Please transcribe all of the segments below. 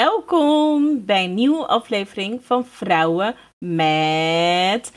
Welkom bij een nieuwe aflevering van Vrouwen met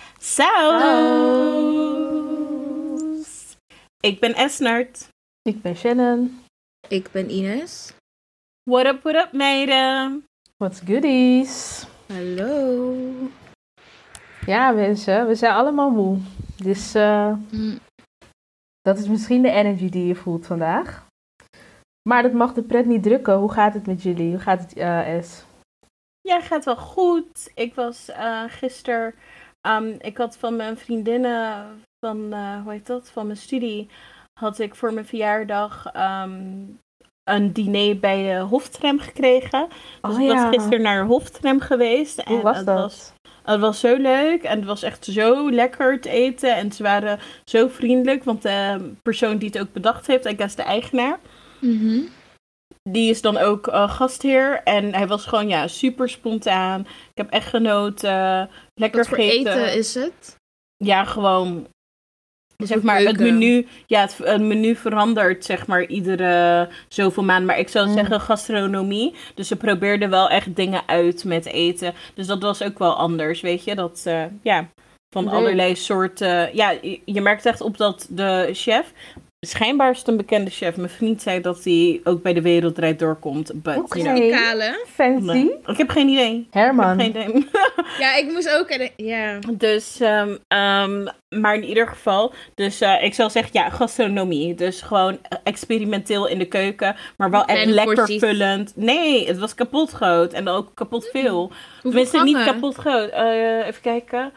Saus. Ik ben Esnert. Ik ben Shannon. Ik ben Ines. What up, meiden? What's goodies? Hallo. Ja, mensen, we zijn allemaal moe. Dus dat is misschien de energy die je voelt vandaag. Maar dat mag de pret niet drukken. Hoe gaat het met jullie? Hoe gaat het, Es? Ja, gaat wel goed. Ik was gisteren... ik had van mijn vriendinnen van, van mijn studie... had ik voor mijn verjaardag een diner bij de Hoftram gekregen. Dus ik was gisteren naar de Hoftram geweest. Hoe was dat? Het was zo leuk en het was echt zo lekker te eten. En ze waren zo vriendelijk, want de persoon die het ook bedacht heeft, I guess de eigenaar... Mm-hmm. Die is dan ook gastheer. En hij was gewoon super spontaan. Ik heb echt genoten. Lekker Wat voor gegeten. eten is het? Ja, gewoon... Zeg maar, het menu... Ja, het menu verandert zeg maar iedere zoveel maanden. Maar ik zou zeggen gastronomie. Dus ze probeerden wel echt dingen uit met eten. Dus dat was ook wel anders, weet je. Dat, van allerlei soorten... Ja, je merkt echt op dat de chef... Schijnbaar is het een bekende chef. Mijn vriend zei dat hij ook bij de Wereld Draait Door komt. Die kale. Fancy. Nee. Ik heb geen idee. Herman. Ik heb geen idee. Ja, ik moest ook... Ja. Dus, maar in ieder geval. Dus ik zou zeggen, gastronomie. Dus gewoon experimenteel in de keuken. Maar wel echt lekker porties. Vullend. Nee, het was kapot groot. En ook kapot veel. Tenminste, niet kapot groot. Even kijken.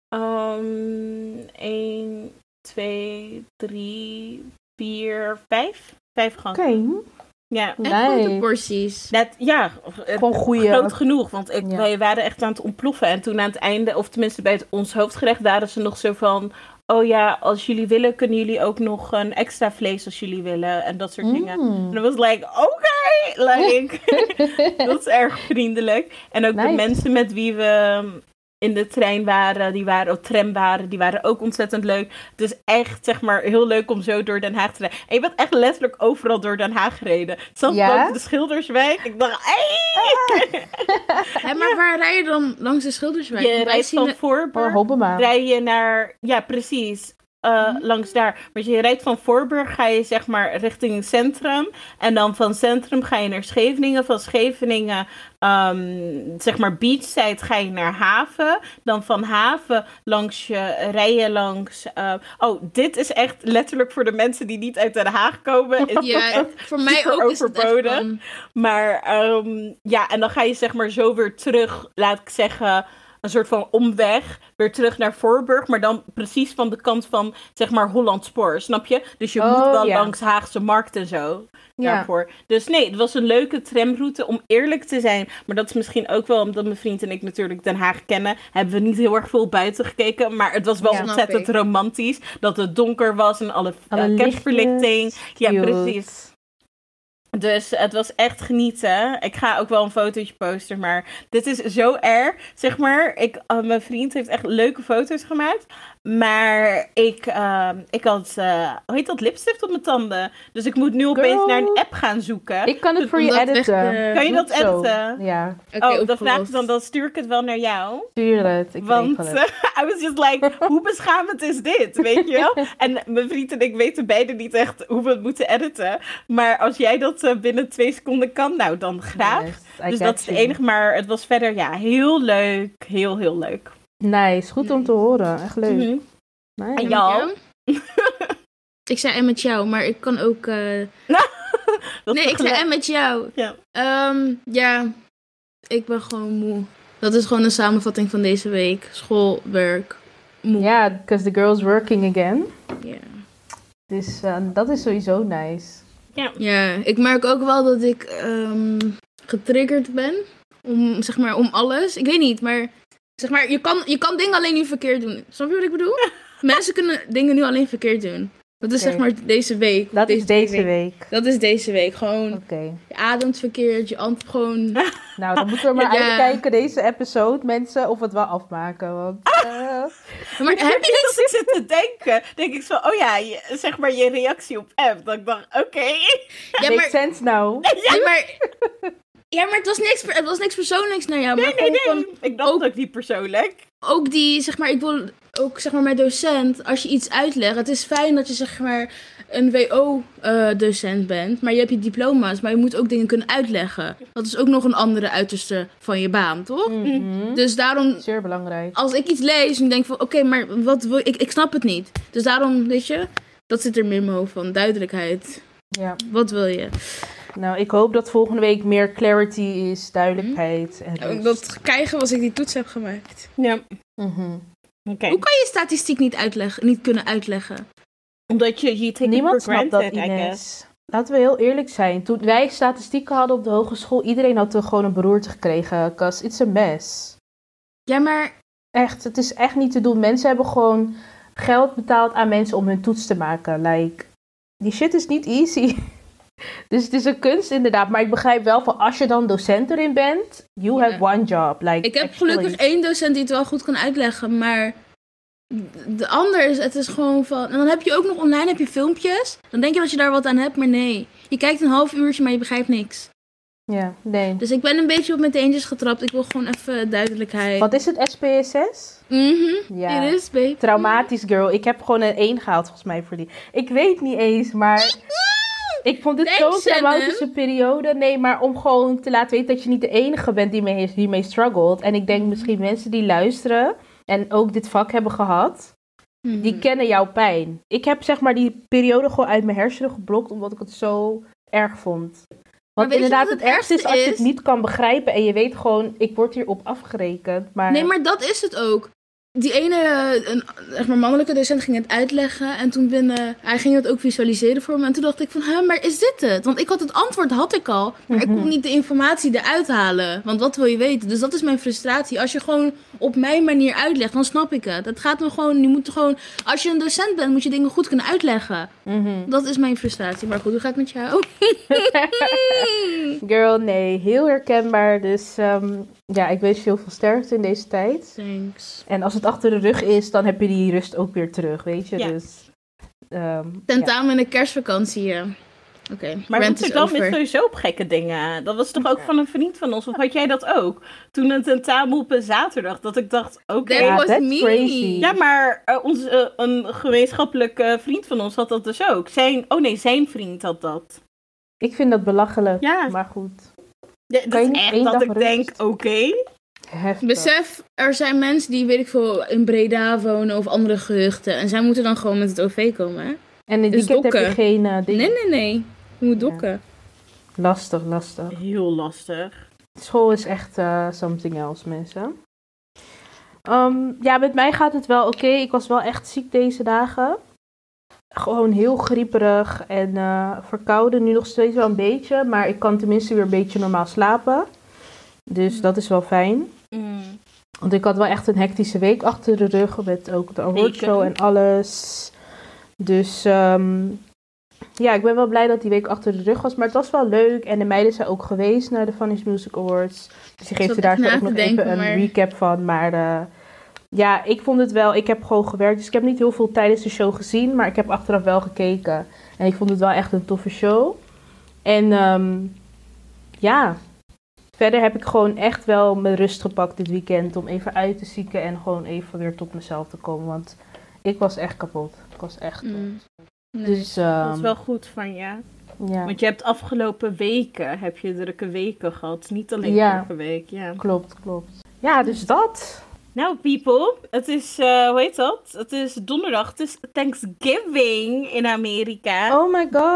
1, 2, 3, 4, 5. 5 gangen. Oké. Ja. En grote porties. Gewoon goeie. Groot genoeg, want wij waren echt aan het ontploffen. En toen aan het einde, of tenminste bij ons hoofdgerecht, waren ze nog zo van... Oh ja, als jullie willen, kunnen jullie ook nog een extra vlees als jullie willen. En dat soort dingen. En dat was dat is erg vriendelijk. En ook de mensen met wie we... in de trein waren, die waren ook ontzettend leuk. Dus echt, zeg maar, heel leuk om zo door Den Haag te rijden. En je bent echt letterlijk overal door Den Haag gereden. Zelfs langs de Schilderswijk. Ik dacht, Maar waar rij je dan langs de Schilderswijk? Je rijdt van Voorburg, rij je naar... Ja, precies. Langs daar. Maar je rijdt van Voorburg, ga je zeg maar richting Centrum. En dan van Centrum ga je naar Scheveningen. Van Scheveningen, zeg maar Beachside, ga je naar Haven. Dan van Haven rij je langs... dit is echt letterlijk voor de mensen die niet uit Den Haag komen. Voor mij ook overbodig. Is het echt Maar en dan ga je zeg maar zo weer terug, laat ik zeggen... Een soort van omweg, weer terug naar Voorburg. Maar dan precies van de kant van, zeg maar, Hollandspoor, snap je? Dus je moet wel langs Haagse Markt en zo daarvoor. Dus nee, het was een leuke tramroute, om eerlijk te zijn. Maar dat is misschien ook wel omdat mijn vriend en ik natuurlijk Den Haag kennen. Hebben we niet heel erg veel buiten gekeken. Maar het was wel ontzettend romantisch. Dat het donker was en alle kerstverlichting. Ja, precies. Dus het was echt genieten. Ik ga ook wel een fotootje posten, maar dit is zo erg. Zeg maar, mijn vriend heeft echt leuke foto's gemaakt. Maar ik had, hoe heet dat, lipstift op mijn tanden. Dus ik moet nu opeens naar een app gaan zoeken. Ik kan het voor je editen. Kan je dat editen? Ja. Dan vraag ik dan stuur ik het wel naar jou. Stuur het. Want I was just like, hoe beschamend is dit, weet je wel? En mijn vriend en ik weten beide niet echt hoe we het moeten editen. Maar als jij dat binnen 2 seconden kan, nou dan graag. Yes, dus dat is het enige, maar het was verder heel leuk. Heel, heel leuk. Nice, goed om te horen. Echt leuk. Mm-hmm. Nice. En jou? Ik zei en met jou, maar ik kan ook... Nee, ik zei en met jou. Ja. Ik ben gewoon moe. Dat is gewoon een samenvatting van deze week. School, werk, moe. Ja, because the girl's working again. Ja. Dus dat is sowieso nice. Ja, ik merk ook wel dat ik getriggerd ben. Om alles. Ik weet niet, maar... Zeg maar, je kan dingen alleen nu verkeerd doen. Snap je wat ik bedoel? Mensen kunnen dingen nu alleen verkeerd doen. Dat is zeg maar deze week. Dat is deze week. Dat is deze week. Gewoon, je ademt verkeerd, je antwoordt gewoon... Nou, dan moeten we maar uitkijken deze episode, mensen, of we het wel afmaken. Want, maar heb je dat ik zit te denken? Denk ik zo, zeg maar je reactie op app. Dat ik dacht, oké. Makes sense now. Ja, maar Ja, maar het was niks persoonlijks naar jou. Maar Nee. Ik dacht ook niet persoonlijk. Ook die, zeg maar, ik wil ook, zeg maar, mijn docent, als je iets uitlegt. Het is fijn dat je, zeg maar, een WO-docent bent. Maar je hebt je diploma's, maar je moet ook dingen kunnen uitleggen. Dat is ook nog een andere uiterste van je baan, toch? Mhm. Dus daarom, Zeer belangrijk. als ik iets lees en denk van, oké, maar wat wil ik snap het niet. Dus daarom, weet je, dat zit er meer in mijn hoofd van, duidelijkheid. Ja. Wat wil je? Nou, ik hoop dat volgende week meer clarity is, duidelijkheid en rust. Dat krijgen als ik die toets heb gemaakt. Ja, Mhm. oké. Hoe kan je statistiek niet kunnen uitleggen? Omdat je take Niemand it for snapt dat, granted, I guess. Ines. Laten we heel eerlijk zijn. Toen wij statistieken hadden op de hogeschool, iedereen had er gewoon een beroerte gekregen. Because it's a mess. Ja, maar Echt, het is echt niet te doen. Mensen hebben gewoon geld betaald aan mensen om hun toets te maken. Like, die shit is niet easy. Dus het is een kunst inderdaad. Maar ik begrijp wel van als je dan docent erin bent, you have one job. Like, ik heb actually. gelukkig 1 docent die het wel goed kan uitleggen, maar de ander is, het is gewoon van... En dan heb je ook nog online heb je filmpjes. Dan denk je dat je daar wat aan hebt, maar nee. Je kijkt een half uurtje, maar je begrijpt niks. Ja, nee. Dus ik ben een beetje op mijn teentjes getrapt. Ik wil gewoon even duidelijkheid. Wat is het, SPSS? Ja. Het is, babe. Traumatisch, girl. Ik heb gewoon een 1 gehaald volgens mij voor die. Ik weet niet eens, maar... Ik vond dit Thanks, zo'n traumatische periode. Nee, maar om gewoon te laten weten dat je niet de enige bent die hiermee struggelt. En ik denk misschien mensen die luisteren en ook dit vak hebben gehad, die kennen jouw pijn. Ik heb zeg maar die periode gewoon uit mijn hersenen geblokt, omdat ik het zo erg vond. Want weet je inderdaad, wat het het ergste is ergste als je het is? niet kan begrijpen en je weet gewoon, ik word hierop afgerekend. Maar... Nee, maar dat is het ook. Die ene, zeg maar mannelijke docent ging het uitleggen. En toen hij ging het ook visualiseren voor me. En toen dacht ik van, maar is dit het? Want ik had het antwoord, had ik al. Maar ik kon niet de informatie eruit halen. Want wat wil je weten? Dus dat is mijn frustratie. Als je gewoon op mijn manier uitlegt, dan snap ik het. Het gaat me gewoon, je moet gewoon... Als je een docent bent, moet je dingen goed kunnen uitleggen. Dat is mijn frustratie. Maar goed, hoe gaat het met jou? Girl, nee. Heel herkenbaar. Dus ja, ik wens je heel veel sterkte in deze tijd. Thanks. En als het achter de rug is, dan heb je die rust ook weer terug, weet je. Ja. Dus, Tentamen in de kerstvakantie, ja. Oké, Maar rant is Rotterdam is over. sowieso op gekke dingen. Dat was toch ook van een vriend van ons? Of had jij dat ook? Toen een tentamen op een zaterdag, dat ik dacht, oké. That was that's me. crazy. Ja, maar een gemeenschappelijke vriend van ons had dat dus ook. Zijn vriend had dat. Ik vind dat belachelijk, Ja. maar goed. Ja, Kan dat je is niet echt één dat dag ik rust? denk, oké. Heftig. Besef, er zijn mensen die, weet ik veel, in Breda wonen of andere gehuchten. En zij moeten dan gewoon met het OV komen, hè? En in dus die weekend heb je dokken. geen ding. Nee. Je moet dokken. Lastig. Heel lastig. School is echt something else, mensen. Ja, met mij gaat het wel oké. Ik was wel echt ziek deze dagen. Gewoon heel grieperig en verkouden. Nu nog steeds wel een beetje. Maar ik kan tenminste weer een beetje normaal slapen. Dus dat is wel fijn. Want ik had wel echt een hectische week achter de rug. Met ook de awardshow en alles. Dus ja, ik ben wel blij dat die week achter de rug was. Maar het was wel leuk. En de meiden zijn ook geweest naar de Funniest Music Awards. Dus die geeft zat er daar echt zo na ook te nog denken, even een maar- recap van. Maar ja, ik vond het wel... Ik heb gewoon gewerkt. Dus ik heb niet heel veel tijdens de show gezien. Maar ik heb achteraf wel gekeken. En ik vond het wel echt een toffe show. En ja... Verder heb ik gewoon echt wel mijn rust gepakt dit weekend om even uit te zieken en gewoon even weer tot mezelf te komen. Want ik was echt kapot. Ik was echt Nee. Dus Dat is wel goed van je. ja, Want je hebt afgelopen weken, heb je drukke weken gehad. Niet alleen Ja. vorige week, ja. klopt. Ja, dus dat. Nou, people, het is, hoe heet dat? Het is donderdag, het is Thanksgiving in Amerika. Oh my god.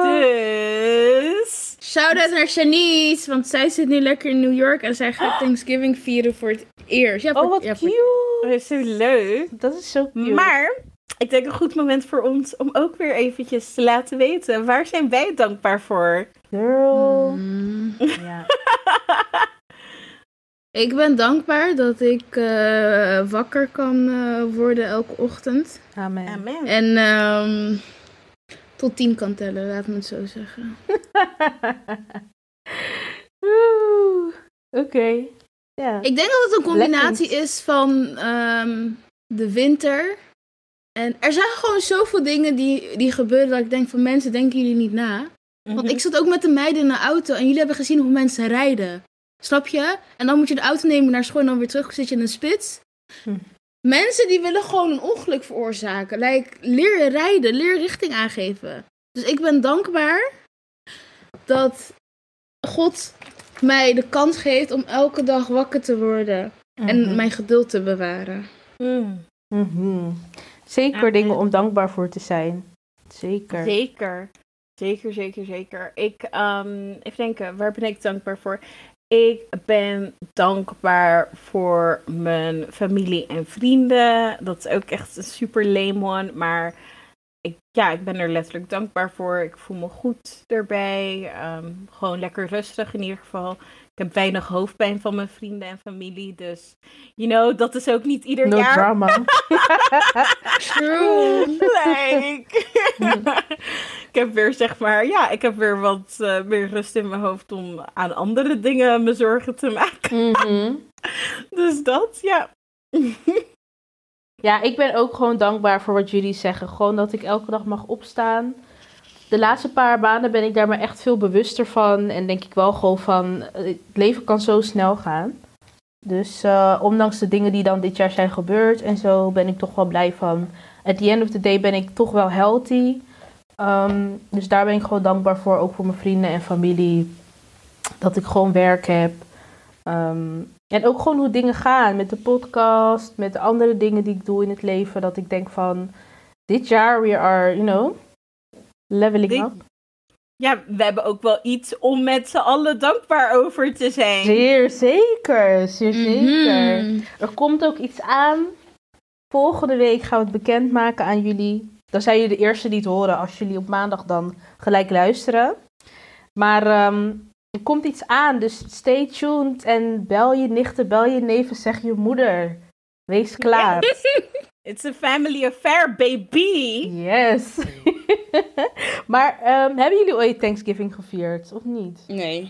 Dus... Shout-out naar Shanice, want zij zit nu lekker in New York en zij gaat Thanksgiving vieren voor het eerst. Ja, Oh, wat ja, voor- cute. Dat is zo leuk. Dat is zo cute. Maar, ik denk een goed moment voor ons om ook weer eventjes te laten weten. Waar zijn wij dankbaar voor? Girl. Mm. Ja. Ik ben dankbaar dat ik wakker kan worden elke ochtend. Amen. Amen. En tot 10 kan tellen, laat me het zo zeggen. Oeh, oké. Ja. Ik denk dat het een combinatie is van de winter. En er zijn gewoon zoveel dingen die gebeuren dat ik denk van mensen, denken jullie niet na? Want ik zat ook met de meiden in de auto en jullie hebben gezien hoe mensen rijden. Snap je? En dan moet je de auto nemen naar school en dan weer terug zit je in een spits. Mensen die willen gewoon een ongeluk veroorzaken. Leer rijden, leer richting aangeven. Dus ik ben dankbaar dat God mij de kans geeft om elke dag wakker te worden. En mijn geduld te bewaren. Zeker dingen om dankbaar voor te zijn. Zeker. Zeker. Even denken, waar ben ik dankbaar voor? Ik ben dankbaar voor mijn familie en vrienden. Dat is ook echt een super lame one. Maar ik ben er letterlijk dankbaar voor. Ik voel me goed erbij. Gewoon lekker rustig in ieder geval. Ik heb weinig hoofdpijn van mijn vrienden en familie. Dus, dat is ook niet ieder No jaar. drama. True. Ik heb weer, ik heb weer wat meer rust in mijn hoofd om aan andere dingen me zorgen te maken. Dus dat, ja. Ja, ik ben ook gewoon dankbaar voor wat jullie zeggen. Gewoon dat ik elke dag mag opstaan. De laatste paar maanden ben ik daar maar echt veel bewuster van. En denk ik wel gewoon van, het leven kan zo snel gaan. Dus ondanks de dingen die dan dit jaar zijn gebeurd en zo, ben ik toch wel blij van. At the end of the day ben ik toch wel healthy. Dus daar ben ik gewoon dankbaar voor. Ook voor mijn vrienden en familie. Dat ik gewoon werk heb. En ook gewoon hoe dingen gaan. Met de podcast. Met de andere dingen die ik doe in het leven. Dat ik denk van, dit jaar we are, leveling up. Ja, we hebben ook wel iets om met z'n allen dankbaar over te zijn. Zeer zeker. Er komt ook iets aan. Volgende week gaan we het bekendmaken aan jullie. Dan zijn jullie de eerste die het horen als jullie op maandag dan gelijk luisteren. Maar er komt iets aan, dus stay tuned en bel je nichten, bel je neven, zeg je moeder. Wees klaar. It's a family affair, baby. Yes. Maar hebben jullie ooit Thanksgiving gevierd, of niet? Nee.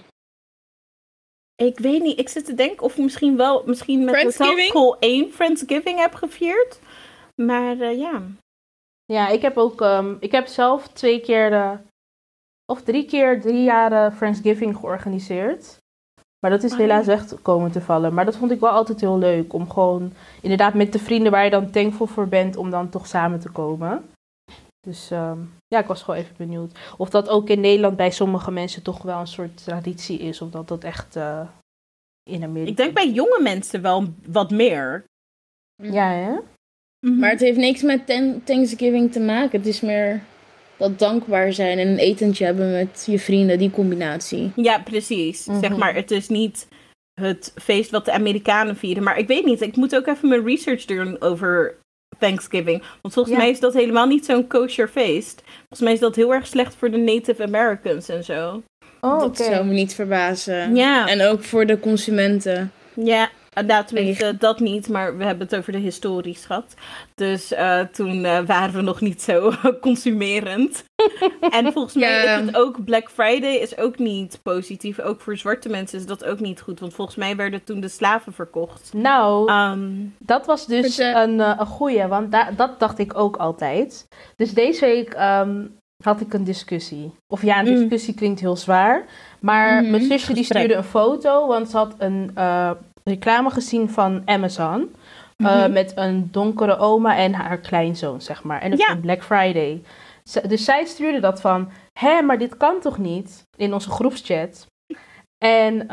Ik weet niet, ik zit te denken of ik misschien met de school 1 Friendsgiving heb gevierd. Maar ja. Ja, ik heb ook, ik heb zelf 2 keer of 3 keer 3 jaar Friendsgiving georganiseerd. Maar dat is helaas weg komen te vallen. Maar dat vond ik wel altijd heel leuk. Om gewoon inderdaad met de vrienden waar je dan thankful voor bent, om dan toch samen te komen. Dus ik was gewoon even benieuwd. Of dat ook in Nederland bij sommige mensen toch wel een soort traditie is. Of dat echt in Amerika... Ik denk bij jonge mensen wel wat meer. Ja, hè? Maar het heeft niks met Thanksgiving te maken. Het is meer dat dankbaar zijn en een etentje hebben met je vrienden, die combinatie. Ja, precies. Zeg maar, het is niet het feest wat de Amerikanen vieren. Maar ik weet niet, ik moet ook even mijn research doen over Thanksgiving. Want volgens mij is dat helemaal niet zo'n kosher feest. Volgens mij is dat heel erg slecht voor de Native Americans en zo. Oh, dat zou me niet verbazen. Ja. En ook voor de consumenten. Ja, tenminste dat niet, maar we hebben het over de historie, schat. Dus toen waren we nog niet zo consumerend. En volgens mij is het ook, Black Friday is ook niet positief. Ook voor zwarte mensen is dat ook niet goed. Want volgens mij werden toen de slaven verkocht. Nou, dat was dus een goeie, want dat dacht ik ook altijd. Dus deze week had ik een discussie. Of ja, een discussie klinkt heel zwaar. Maar mijn zusje die stuurde een foto, want ze had een reclame gezien van Amazon. Met een donkere oma en haar kleinzoon, zeg maar. En dat was Black Friday. Dus zij stuurde dat van, maar dit kan toch niet? In onze groepschat. En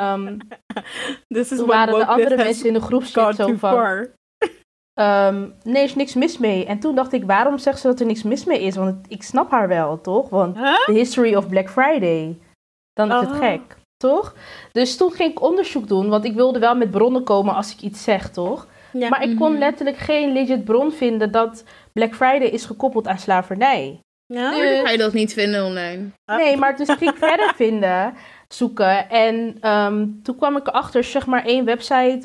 toen waren de andere mensen in de groepschat zo van... nee, is niks mis mee. En toen dacht ik, waarom zegt ze dat er niks mis mee is? Want ik snap haar wel, toch? Want the history of Black Friday. Dan is het gek, toch? Dus toen ging ik onderzoek doen, want ik wilde wel met bronnen komen als ik iets zeg, toch? Ja. Maar ik kon letterlijk geen legit bron vinden dat Black Friday is gekoppeld aan slavernij. Ja, dus ga je dat niet vinden online? Nee, maar dus ging ik verder zoeken. En toen kwam ik erachter, zeg maar, 1 website,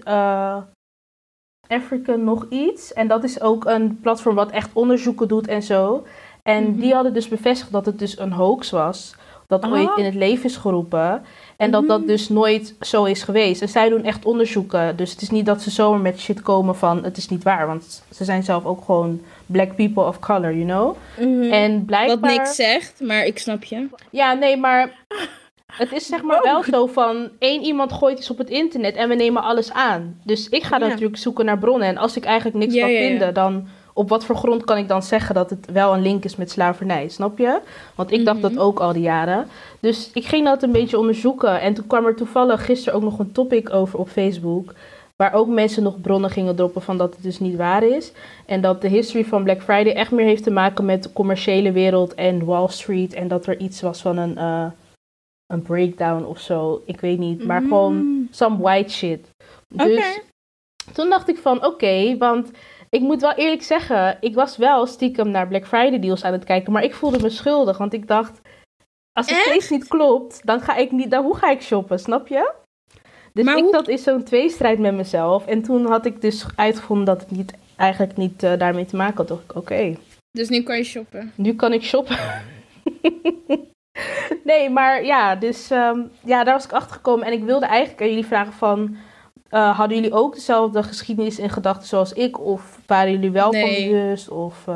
African nog iets. En dat is ook een platform wat echt onderzoeken doet en zo. En die hadden dus bevestigd dat het dus een hoax was. Dat ooit in het leven is geroepen. En dat dat dus nooit zo is geweest. En zij doen echt onderzoeken. Dus het is niet dat ze zomaar met shit komen van het is niet waar. Want ze zijn zelf ook gewoon black people of color, you know. En blijkbaar... Wat niks zegt, maar ik snap je. Ja, nee, maar Het is zeg maar wel zo van, één iemand gooit iets op het internet en we nemen alles aan. Dus ik ga natuurlijk zoeken naar bronnen. En als ik eigenlijk niks kan vinden, dan op wat voor grond kan ik dan zeggen dat het wel een link is met slavernij, snap je? Want ik dacht dat ook al die jaren. Dus ik ging dat een beetje onderzoeken. En toen kwam er toevallig gisteren ook nog een topic over op Facebook, waar ook mensen nog bronnen gingen droppen van dat het dus niet waar is. En dat de history van Black Friday echt meer heeft te maken met de commerciële wereld en Wall Street. En dat er iets was van een breakdown of zo. Ik weet niet, maar gewoon some white shit. Dus toen dacht ik van oké, want ik moet wel eerlijk zeggen, ik was wel stiekem naar Black Friday deals aan het kijken, maar ik voelde me schuldig, want ik dacht, als het steeds niet klopt, dan ga ik niet, hoe ga ik shoppen, snap je? Dus maar dat is zo'n tweestrijd met mezelf. En toen had ik dus uitgevonden dat het eigenlijk niet daarmee te maken had. Dacht ik, oké. Dus nu kan je shoppen? Nu kan ik shoppen. Nee, maar ja, dus daar was ik achter gekomen. En ik wilde eigenlijk aan jullie vragen van, hadden jullie ook dezelfde geschiedenis in gedachten zoals ik? Of waren jullie wel van bewust?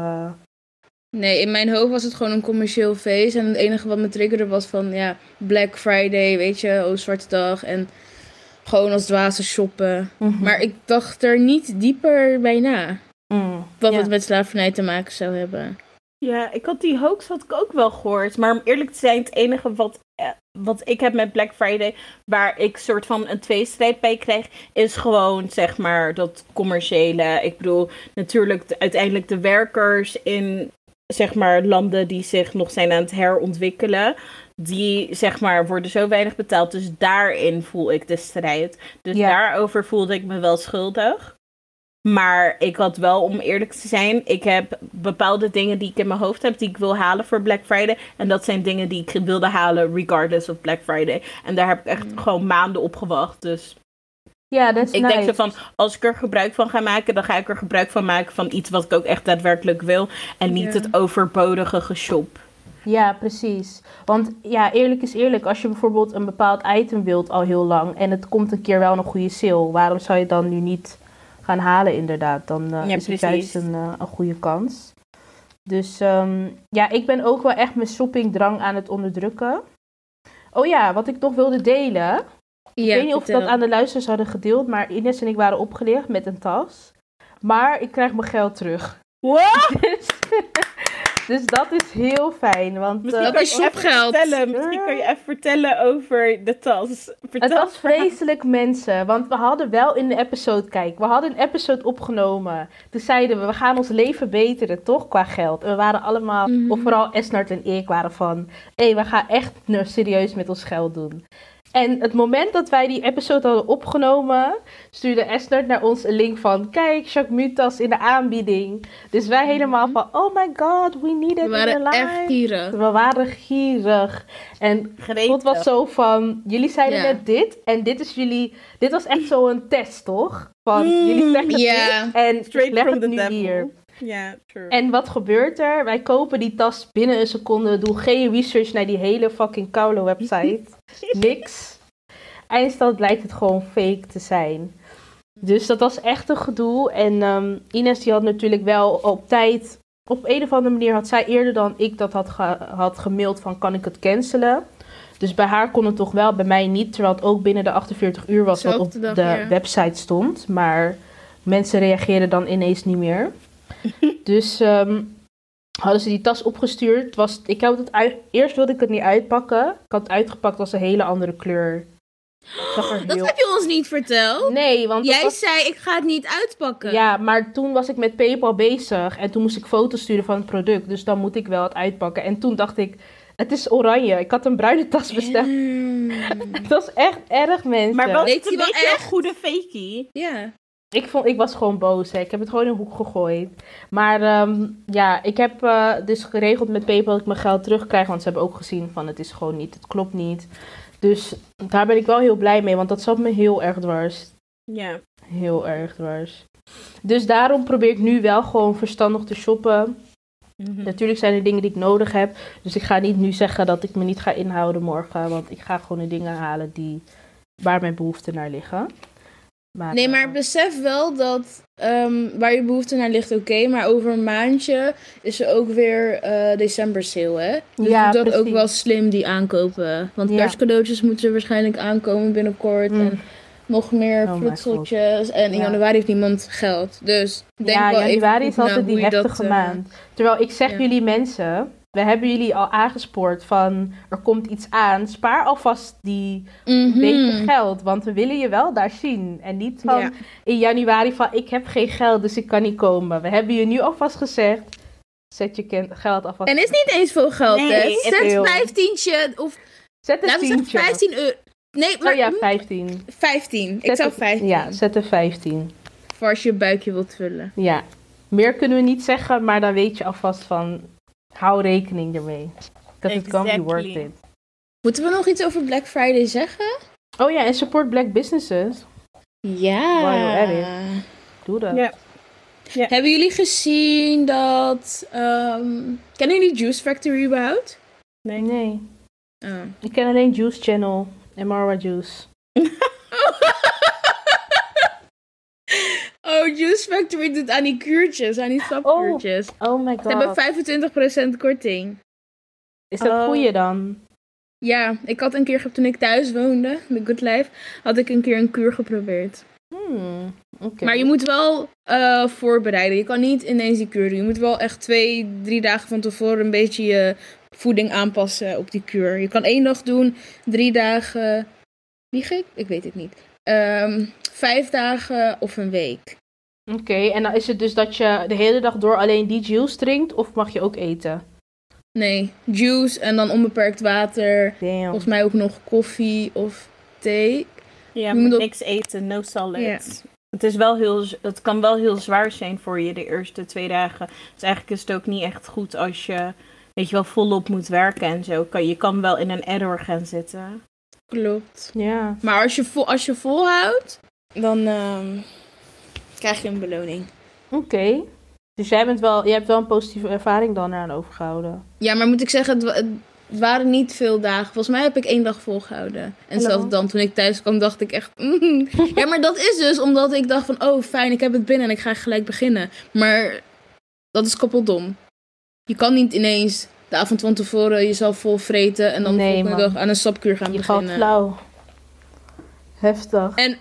Nee, in mijn hoofd was het gewoon een commercieel feest. En het enige wat me triggerde was van, Black Friday, weet je, Zwarte Dag. En gewoon als dwaze shoppen. Maar ik dacht er niet dieper bij na. Wat het met slavernij te maken zou hebben. Ja, die hoax had ik ook wel gehoord. Maar om eerlijk te zijn, het enige wat ik heb met Black Friday, waar ik soort van een tweestrijd bij krijg, is gewoon, zeg maar, dat commerciële. Ik bedoel, natuurlijk uiteindelijk de werkers in, zeg maar, landen die zich nog zijn aan het herontwikkelen, die, zeg maar, worden zo weinig betaald. Dus daarin voel ik de strijd. Dus daarover voelde ik me wel schuldig. Maar ik had wel, om eerlijk te zijn, ik heb bepaalde dingen die ik in mijn hoofd heb, die ik wil halen voor Black Friday. En dat zijn dingen die ik wilde halen regardless of Black Friday. En daar heb ik echt gewoon maanden op gewacht. Dus ja, dat is ik denk zo van, als ik er gebruik van ga maken, dan ga ik er gebruik van maken van iets wat ik ook echt daadwerkelijk wil. En niet het overbodige geshop. Ja, precies. Want ja, eerlijk is eerlijk, als je bijvoorbeeld een bepaald item wilt al heel lang en het komt een keer wel een goede sale, waarom zou je dan nu niet gaan halen inderdaad? Dan is het juist een goede kans. Dus ik ben ook wel echt mijn shoppingdrang aan het onderdrukken. Oh ja, wat ik nog wilde delen. Ik weet niet of we dat aan de luisteraars hadden gedeeld, maar Ines en ik waren opgelicht met een tas. Maar ik krijg mijn geld terug. What? Dus dat is heel fijn. Want, dat is shopgeld. Misschien kan je even vertellen over de tas. Het was vreselijk, mensen. Want we hadden wel in de episode, we hadden een episode opgenomen. Toen zeiden we gaan ons leven beteren, toch, qua geld. En we waren allemaal, of vooral Esnart en ik, waren van, we gaan echt serieus met ons geld doen. En het moment dat wij die episode hadden opgenomen, stuurde Esnert naar ons een link van, kijk, Jacques Mutas in de aanbieding. Dus wij helemaal van, oh my god, we need it in our life. We waren echt gierig. We waren gierig. En God was zo van, jullie zeiden net dit, en dit was echt zo'n test, toch? Van, jullie zeggen dit, en leg het nu hier. Ja, true. En wat gebeurt er? Wij kopen die tas binnen een seconde. We doen geen research naar die hele fucking Kaulo website. Niks. Eindstand blijkt het gewoon fake te zijn. Dus dat was echt een gedoe. En Ines die had natuurlijk wel op tijd, op een of andere manier had zij eerder dan ik dat had gemaild van, kan ik het cancelen? Dus bij haar kon het toch wel, bij mij niet. Terwijl het ook binnen de 48 uur was wat op de website stond. Maar mensen reageerden dan ineens niet meer. Dus hadden ze die tas opgestuurd. Eerst wilde ik het niet uitpakken. Ik had het uitgepakt, was een hele andere kleur. Dat heb je ons niet verteld? Nee, want jij zei ik ga het niet uitpakken. Ja, maar toen was ik met PayPal bezig. En toen moest ik foto's sturen van het product. Dus dan moet ik wel het uitpakken. En toen dacht ik, het is oranje. Ik had een bruine tas besteld. Het was echt erg, mensen. Maar was het een beetje een goede fakie? Ja. Ik was gewoon boos. Hè. Ik heb het gewoon in een hoek gegooid. Maar ik heb dus geregeld met PayPal dat ik mijn geld terugkrijg. Want ze hebben ook gezien van het is gewoon niet, het klopt niet. Dus daar ben ik wel heel blij mee. Want dat zat me heel erg dwars. Ja. Heel erg dwars. Dus daarom probeer ik nu wel gewoon verstandig te shoppen. Natuurlijk zijn er dingen die ik nodig heb. Dus ik ga niet nu zeggen dat ik me niet ga inhouden morgen. Want ik ga gewoon de dingen halen waar mijn behoeften naar liggen. Nee, maar besef wel dat waar je behoefte naar ligt, oké. Maar over een maandje is er ook weer december sale, hè? Dus Ja, dat precies. ook wel slim, die aankopen. Want Ja. kerstcadeautjes moeten er waarschijnlijk aankomen binnenkort. En nog meer Oh my frutseltjes. En in Ja. januari heeft niemand geld. Dus denk Ja, wel even januari goed is altijd na die hoe je dat, heftige maand. Terwijl ik zeg ja. jullie mensen, we hebben jullie al aangespoord van er komt iets aan. Spaar alvast die beetje geld, want we willen je wel daar zien. En niet van Ja. in januari van ik heb geen geld, dus ik kan niet komen. We hebben je nu alvast gezegd, zet je geld alvast. En is niet eens veel geld, Nee, hè? het is Zet veel. 15 of Zet een laten we zeggen tientje. 15 euro. Nee, maar Oh ja, 15. 15. Ik Zet zou een- 15. Ja, zet een 15. Voor als je je buikje wilt vullen. Ja. Meer kunnen we niet zeggen, maar dan weet je alvast van hou rekening ermee. Because it's gonna be worth Exactly. it. Moeten we nog iets over Black Friday zeggen? Oh ja, en support black businesses. Ja. While you're at it. Doe dat. Ja. Hebben jullie gezien dat... kennen jullie Juice Factory überhaupt? Nee. Oh. Ik ken alleen Juice Channel en Marwa Juice. Oh, Juice Factory doet aan die kuurtjes, aan die sapkuurtjes. Oh my Ze hebben god. 25% korting. Is dat Oh. goeie dan? Ja, ik had een keer, toen ik thuis woonde, The Good Life, had ik een keer een kuur geprobeerd. Oké. Maar je moet wel voorbereiden. Je kan niet ineens die kuur doen. Je moet wel echt 2-3 dagen van tevoren een beetje je voeding aanpassen op die kuur. Je kan 1 dag doen, 3 dagen... Lieg ik? Ik weet het niet. 5 dagen of een week. Oké, en dan is het dus dat je de hele dag door alleen die juice drinkt of mag je ook eten? Nee, juice en dan onbeperkt water. Damn. Volgens mij ook nog koffie of thee. Ja, Je moet maar ook- niks eten, no solids. Het kan wel heel zwaar zijn voor je de eerste 2 dagen. Dus eigenlijk is het ook niet echt goed als je, weet je wel, volop moet werken en zo. Je kan wel in een error gaan zitten. Klopt. Ja. Maar als je volhoudt, dan krijg je een beloning. Oké. Dus jij hebt wel een positieve ervaring dan eraan overgehouden. Ja, maar moet ik zeggen, het waren niet veel dagen. Volgens mij heb ik 1 dag volgehouden. En Hallo? zelfs dan, toen ik thuis kwam, dacht ik echt... Ja, maar dat is dus omdat ik dacht van... Oh, fijn, ik heb het binnen en ik ga gelijk beginnen. Maar dat is kapot dom. Je kan niet ineens de avond van tevoren jezelf vol vreten... en dan de Nee, volgende man. dag aan een sapkuur gaan Je beginnen. valt flauw. Heftig. En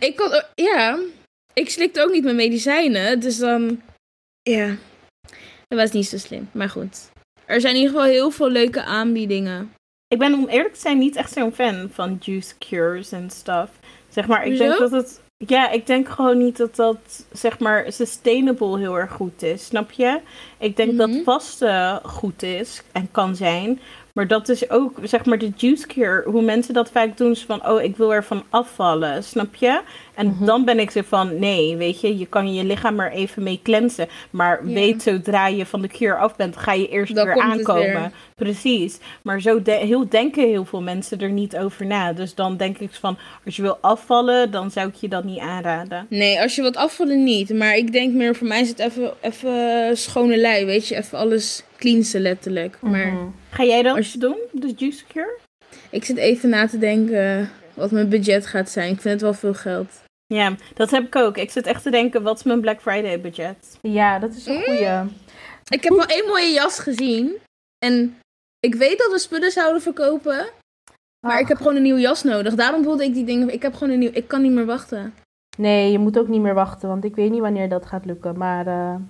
ik slikte ook niet mijn medicijnen. Dus dan, ja, dat was niet zo slim. Maar goed. Er zijn in ieder geval heel veel leuke aanbiedingen. Ik ben om eerlijk te zijn niet echt zo'n fan van juice cures en stuff. Zeg maar, ik denk Hoezo? dat het... Ja, ik denk gewoon niet dat zeg maar, sustainable heel erg goed is. Snap je? Ik denk dat vasten goed is en kan zijn. Maar dat is ook, zeg maar, de juice cure. Hoe mensen dat vaak doen, is van, oh, ik wil ervan afvallen. Snap je? En dan ben ik zo van, nee, weet je kan je lichaam er even mee cleansen. Maar Ja. weet, zodra je van de cure af bent, ga je eerst Dan weer komt het aankomen. weer. Precies. Maar zo denken heel veel mensen er niet over na. Dus dan denk ik van, als je wil afvallen, dan zou ik je dat niet aanraden. Nee, als je wat afvallen niet. Maar ik denk meer, voor mij is het even schone lei, weet je. Even alles cleansen letterlijk. Maar Ga jij dat Als je- doen, de juice cure? ik zit even na te denken wat mijn budget gaat zijn. Ik vind het wel veel geld. Ja, dat heb ik ook. Ik zit echt te denken, wat is mijn Black Friday budget? Ja, dat is een goeie. Ik heb al 1 mooie jas gezien. En ik weet dat we spullen zouden verkopen. Maar ik heb gewoon een nieuwe jas nodig. Daarom voelde ik die dingen. Ik heb gewoon een nieuw. Ik kan niet meer wachten. Nee, je moet ook niet meer wachten, want ik weet niet wanneer dat gaat lukken. Maar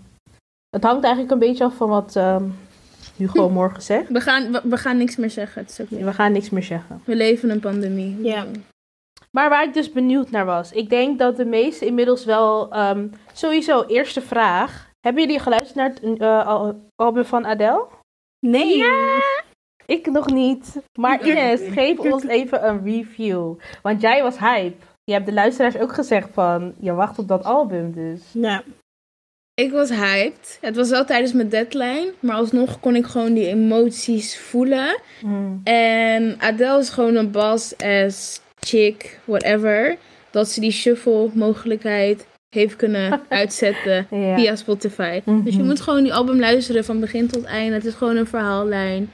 het hangt eigenlijk een beetje af van wat Hugo morgen zegt. We gaan niks meer zeggen. Het is ook niet. We gaan niks meer zeggen. We leven in een pandemie. Ja. Maar waar ik dus benieuwd naar was. Ik denk dat de meesten inmiddels wel... sowieso, eerste vraag. Hebben jullie geluisterd naar het album van Adele? Nee. Ik nog niet. Maar Ines, geef ons even een review. Want jij was hype. Je hebt de luisteraars ook gezegd van... Je wacht op dat album dus. Ja. Ik was hyped. Het was wel tijdens mijn deadline. Maar alsnog kon ik gewoon die emoties voelen. En Adele is gewoon een boss-ass chick, whatever. Dat ze die shuffle mogelijkheid heeft kunnen uitzetten Ja. via Spotify. Mhm. Dus je moet gewoon die album luisteren van begin tot einde. Het is gewoon een verhaallijn.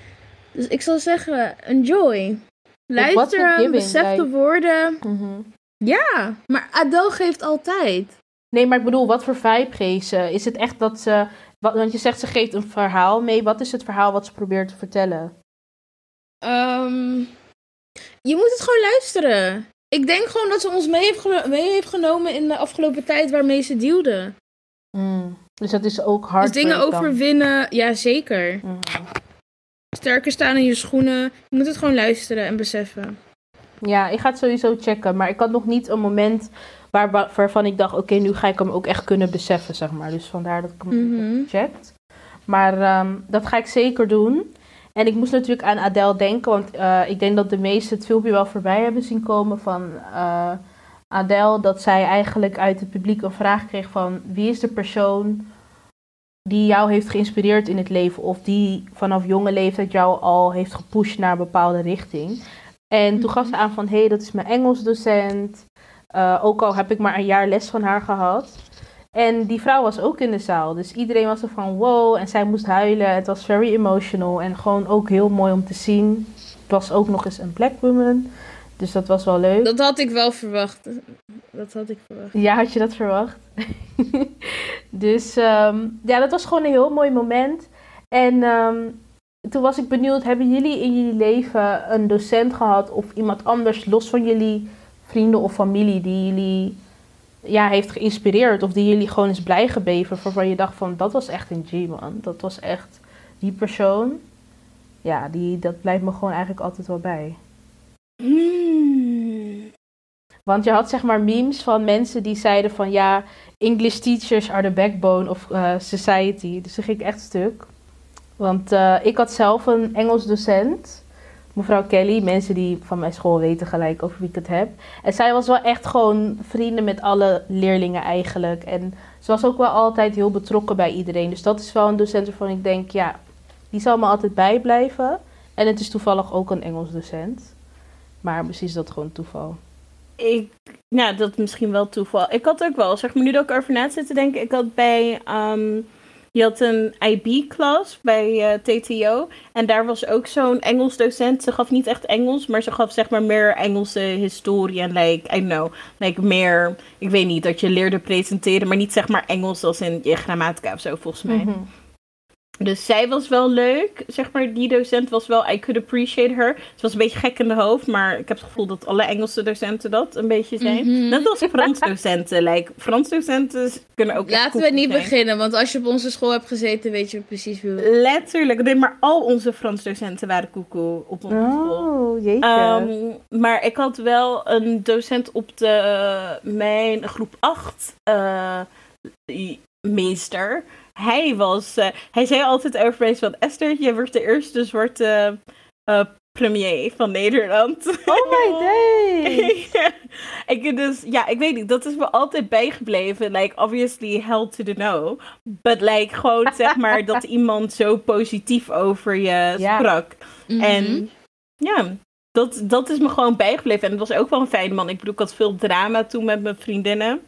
Dus ik zal zeggen, enjoy. what's it Luister, giving? besef de Like- woorden. Ja, maar Adele geeft altijd. Nee, maar ik bedoel, wat voor vibe geeft ze? Is het echt dat ze... Want je zegt ze geeft een verhaal mee. Wat is het verhaal wat ze probeert te vertellen? Je moet het gewoon luisteren. Ik denk gewoon dat ze ons mee heeft genomen in de afgelopen tijd waarmee ze dealde. Dus dat is ook hard. Dus dingen overwinnen, ja zeker. Sterker staan in je schoenen. Je moet het gewoon luisteren en beseffen. Ja, ik ga het sowieso checken. Maar ik had nog niet een moment waarvan ik dacht... Oké, nu ga ik hem ook echt kunnen beseffen, zeg maar. Dus vandaar dat ik hem heb gecheckt. Maar dat ga ik zeker doen. En ik moest natuurlijk aan Adele denken. Want ik denk dat de meesten het filmpje wel voorbij hebben zien komen van Adele. Dat zij eigenlijk uit het publiek een vraag kreeg van... Wie is de persoon die jou heeft geïnspireerd in het leven? Of die vanaf jonge leeftijd jou al heeft gepusht naar een bepaalde richting? En toen gaf ze aan van... Hé, dat is mijn Engelsdocent. Ook al heb ik maar een jaar les van haar gehad. En die vrouw was ook in de zaal. Dus iedereen was er van wow. En zij moest huilen. Het was very emotional. En gewoon ook heel mooi om te zien. Het was ook nog eens een black woman. Dus dat was wel leuk. Dat had ik wel verwacht. Ja, had je dat verwacht? Dus ja, dat was gewoon een heel mooi moment. En toen was ik benieuwd. Hebben jullie in jullie leven een docent gehad? Of iemand anders los van jullie vrienden of familie die jullie... heeft geïnspireerd of die jullie gewoon is blij gebleven waarvan je dacht van dat was echt een G man, dat was echt die persoon, ja, dat blijft me gewoon eigenlijk altijd wel bij. Want je had zeg maar memes van mensen die zeiden van ja, English teachers are the backbone of society, dus toen ging ik echt stuk. Want ik had zelf een Engels docent, mevrouw Kelly, mensen die van mijn school weten gelijk over wie ik het heb. En zij was wel echt gewoon vrienden met alle leerlingen eigenlijk. En ze was ook wel altijd heel betrokken bij iedereen. Dus dat is wel een docent waarvan ik denk, ja, die zal me altijd bijblijven. En het is toevallig ook een Engels docent. Maar misschien is dat gewoon toeval. Dat is misschien wel toeval. Ik had ook wel, zeg maar nu dat ik erover na zit te denken. Ik had bij... Je had een IB-klas bij TTO. En daar was ook zo'n Engels docent. Ze gaf niet echt Engels, maar ze gaf zeg maar meer Engelse historie. En meer, ik weet niet, dat je leerde presenteren. Maar niet zeg maar Engels als in je grammatica of zo, volgens mij. Mm-hmm. Dus zij was wel leuk. Zeg maar, die docent was wel, I could appreciate her. Ze was een beetje gek in de hoofd, maar ik heb het gevoel dat alle Engelse docenten dat een beetje zijn. Net als Frans docenten. Frans docenten kunnen ook Laten we niet beginnen, want als je op onze school hebt gezeten, weet je precies wie we... Letterlijk. Nee, maar al onze Frans docenten waren koekoe op onze school. Oh, jeetje. Maar ik had wel een docent op mijn groep 8 meester. Hij zei altijd over mij van Esther, jij wordt de eerste zwarte premier van Nederland. Oh my day! Ik weet niet, dat is me altijd bijgebleven. Obviously hell to the no. But gewoon zeg maar dat iemand zo positief over je sprak. Mm-hmm. En ja, dat is me gewoon bijgebleven. En het was ook wel een fijne man. Ik bedoel, ik had veel drama toen met mijn vriendinnen.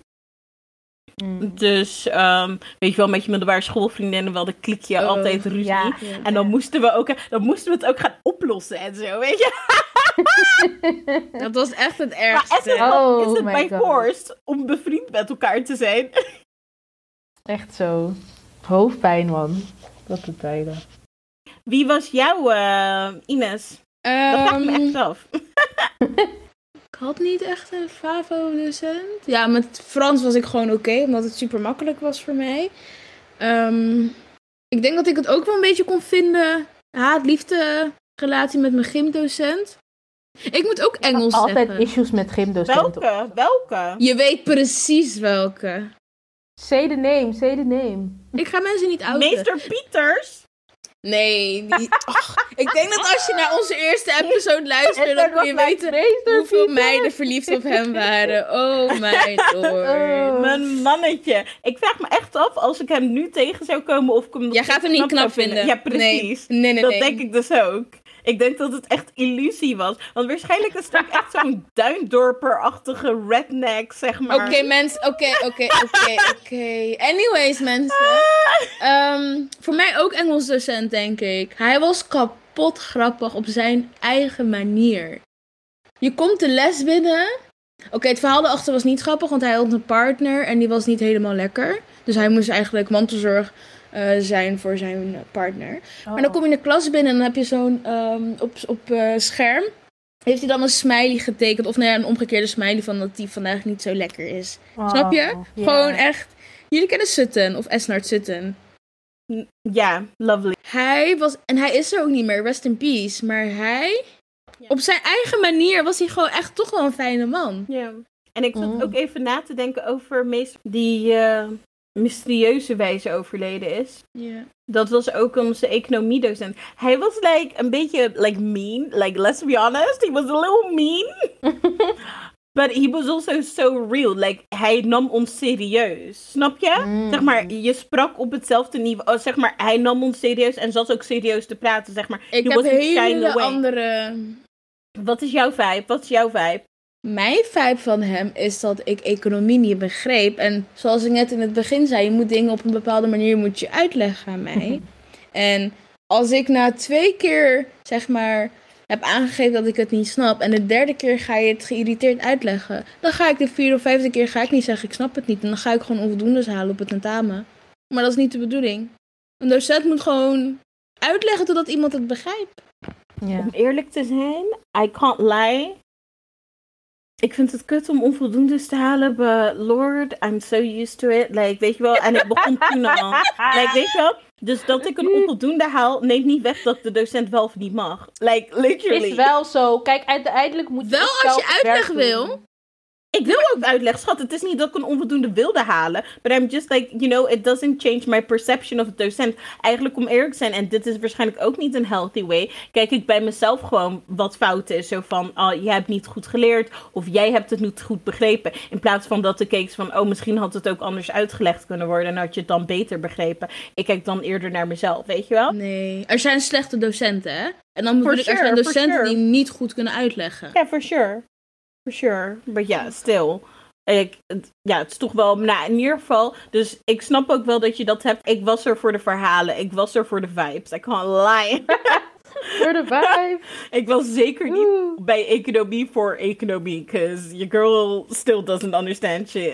Dus, weet je wel, met je middelbare schoolvriendinnen wel, dan klik je altijd ruzie. Ja. En dan moesten we het ook gaan oplossen en zo, weet je. Dat was echt het ergste. Maar is het bij force om bevriend met elkaar te zijn? Echt zo. Hoofdpijn, man. Dat het beide. Wie was jouw Ines? Dat vraag ik me echt af. Ik had niet echt een FAVO-docent. Ja, met Frans was ik gewoon oké, omdat het super makkelijk was voor mij. Ik denk dat ik het ook wel een beetje kon vinden. Haat-liefde relatie met mijn gymdocent. Ik moet ook Engels zeggen. Altijd issues met gymdocenten. Welke? Je weet precies welke. Say the name. Ik ga mensen niet outen. Meester Pieters? Nee, ik denk dat als je naar onze eerste episode luistert, dan kun je weten hoeveel meiden verliefd op hem waren. Oh my lord. Mijn mannetje. Ik vraag me echt af, als ik hem nu tegen zou komen of ik hem... Jij gaat hem niet knap vinden. Ja, precies. Nee. Dat denk ik dus ook. Ik denk dat het echt illusie was. Want waarschijnlijk is het ook echt zo'n Duindorper-achtige redneck, zeg maar. Oké, mensen. Oké. Anyways, mensen. Voor mij ook Engels docent, denk ik. Hij was kapot grappig op zijn eigen manier. Je komt de les binnen Oké, het verhaal erachter was niet grappig, want hij had een partner en die was niet helemaal lekker. Dus hij moest eigenlijk mantelzorg zijn voor zijn partner. Maar dan kom je in de klas binnen en dan heb je zo'n op scherm. Heeft hij dan een smiley getekend? Of een omgekeerde smiley van dat die vandaag niet zo lekker is. Snap je? Gewoon echt. Jullie kennen Sutton of Esnard Sutton. Ja, lovely. Hij is er ook niet meer, rest in peace. Maar hij, op zijn eigen manier, was hij gewoon echt toch wel een fijne man. Ja. En ik zat ook even na te denken over die mysterieuze wijze overleden is. Ja. Dat was ook onze economiedocent. Hij was een beetje mean. Let's be honest, he was a little mean. But he was also so real. Hij nam ons serieus. Snap je? Zeg maar, je sprak op hetzelfde niveau. Zeg maar, hij nam ons serieus en zat ook serieus te praten. Zeg maar, ik heb een hele andere... Wat is jouw vibe? Mijn vibe van hem is dat ik economie niet begreep. En zoals ik net in het begin zei, je moet dingen op een bepaalde manier uitleggen aan mij. En als ik na 2 keer, zeg maar, heb aangegeven dat ik het niet snap. En de 3e keer ga je het geïrriteerd uitleggen. Dan ga ik de 4e of 5e keer niet zeggen ik snap het niet. En dan ga ik gewoon onvoldoendes halen op het tentamen. Maar dat is niet de bedoeling. Een docent moet gewoon uitleggen totdat iemand het begrijpt. Ja. Om eerlijk te zijn, I can't lie. Ik vind het kut om onvoldoendes te halen, but Lord, I'm so used to it. Weet je wel, en ik begon toen al. Weet je wel, dus dat ik een onvoldoende haal, neemt niet weg dat de docent wel of niet mag. Literally. Is wel zo. Kijk, uiteindelijk moet je wel als je uitleg wil. Ik wil ook uitleg, schat. Het is niet dat ik een onvoldoende wilde halen. But I'm just it doesn't change my perception of the docent. Eigenlijk om eerlijk te zijn, en dit is waarschijnlijk ook niet een healthy way, kijk ik bij mezelf gewoon wat fout is. Zo van, jij hebt niet goed geleerd, of jij hebt het niet goed begrepen. In plaats van dat ik keek van, misschien had het ook anders uitgelegd kunnen worden en had je het dan beter begrepen. Ik kijk dan eerder naar mezelf, weet je wel? Nee, er zijn slechte docenten, hè? En dan bedoel ik, er zijn docenten die niet goed kunnen uitleggen. Ja, for sure. For sure, but yeah, still. Het is toch wel, in ieder geval. Dus ik snap ook wel dat je dat hebt. Ik was er voor de verhalen. Ik was er voor de vibes. I can't lie. Voor de vibes. Ik was zeker niet bij economie voor economie. Because your girl still doesn't understand shit.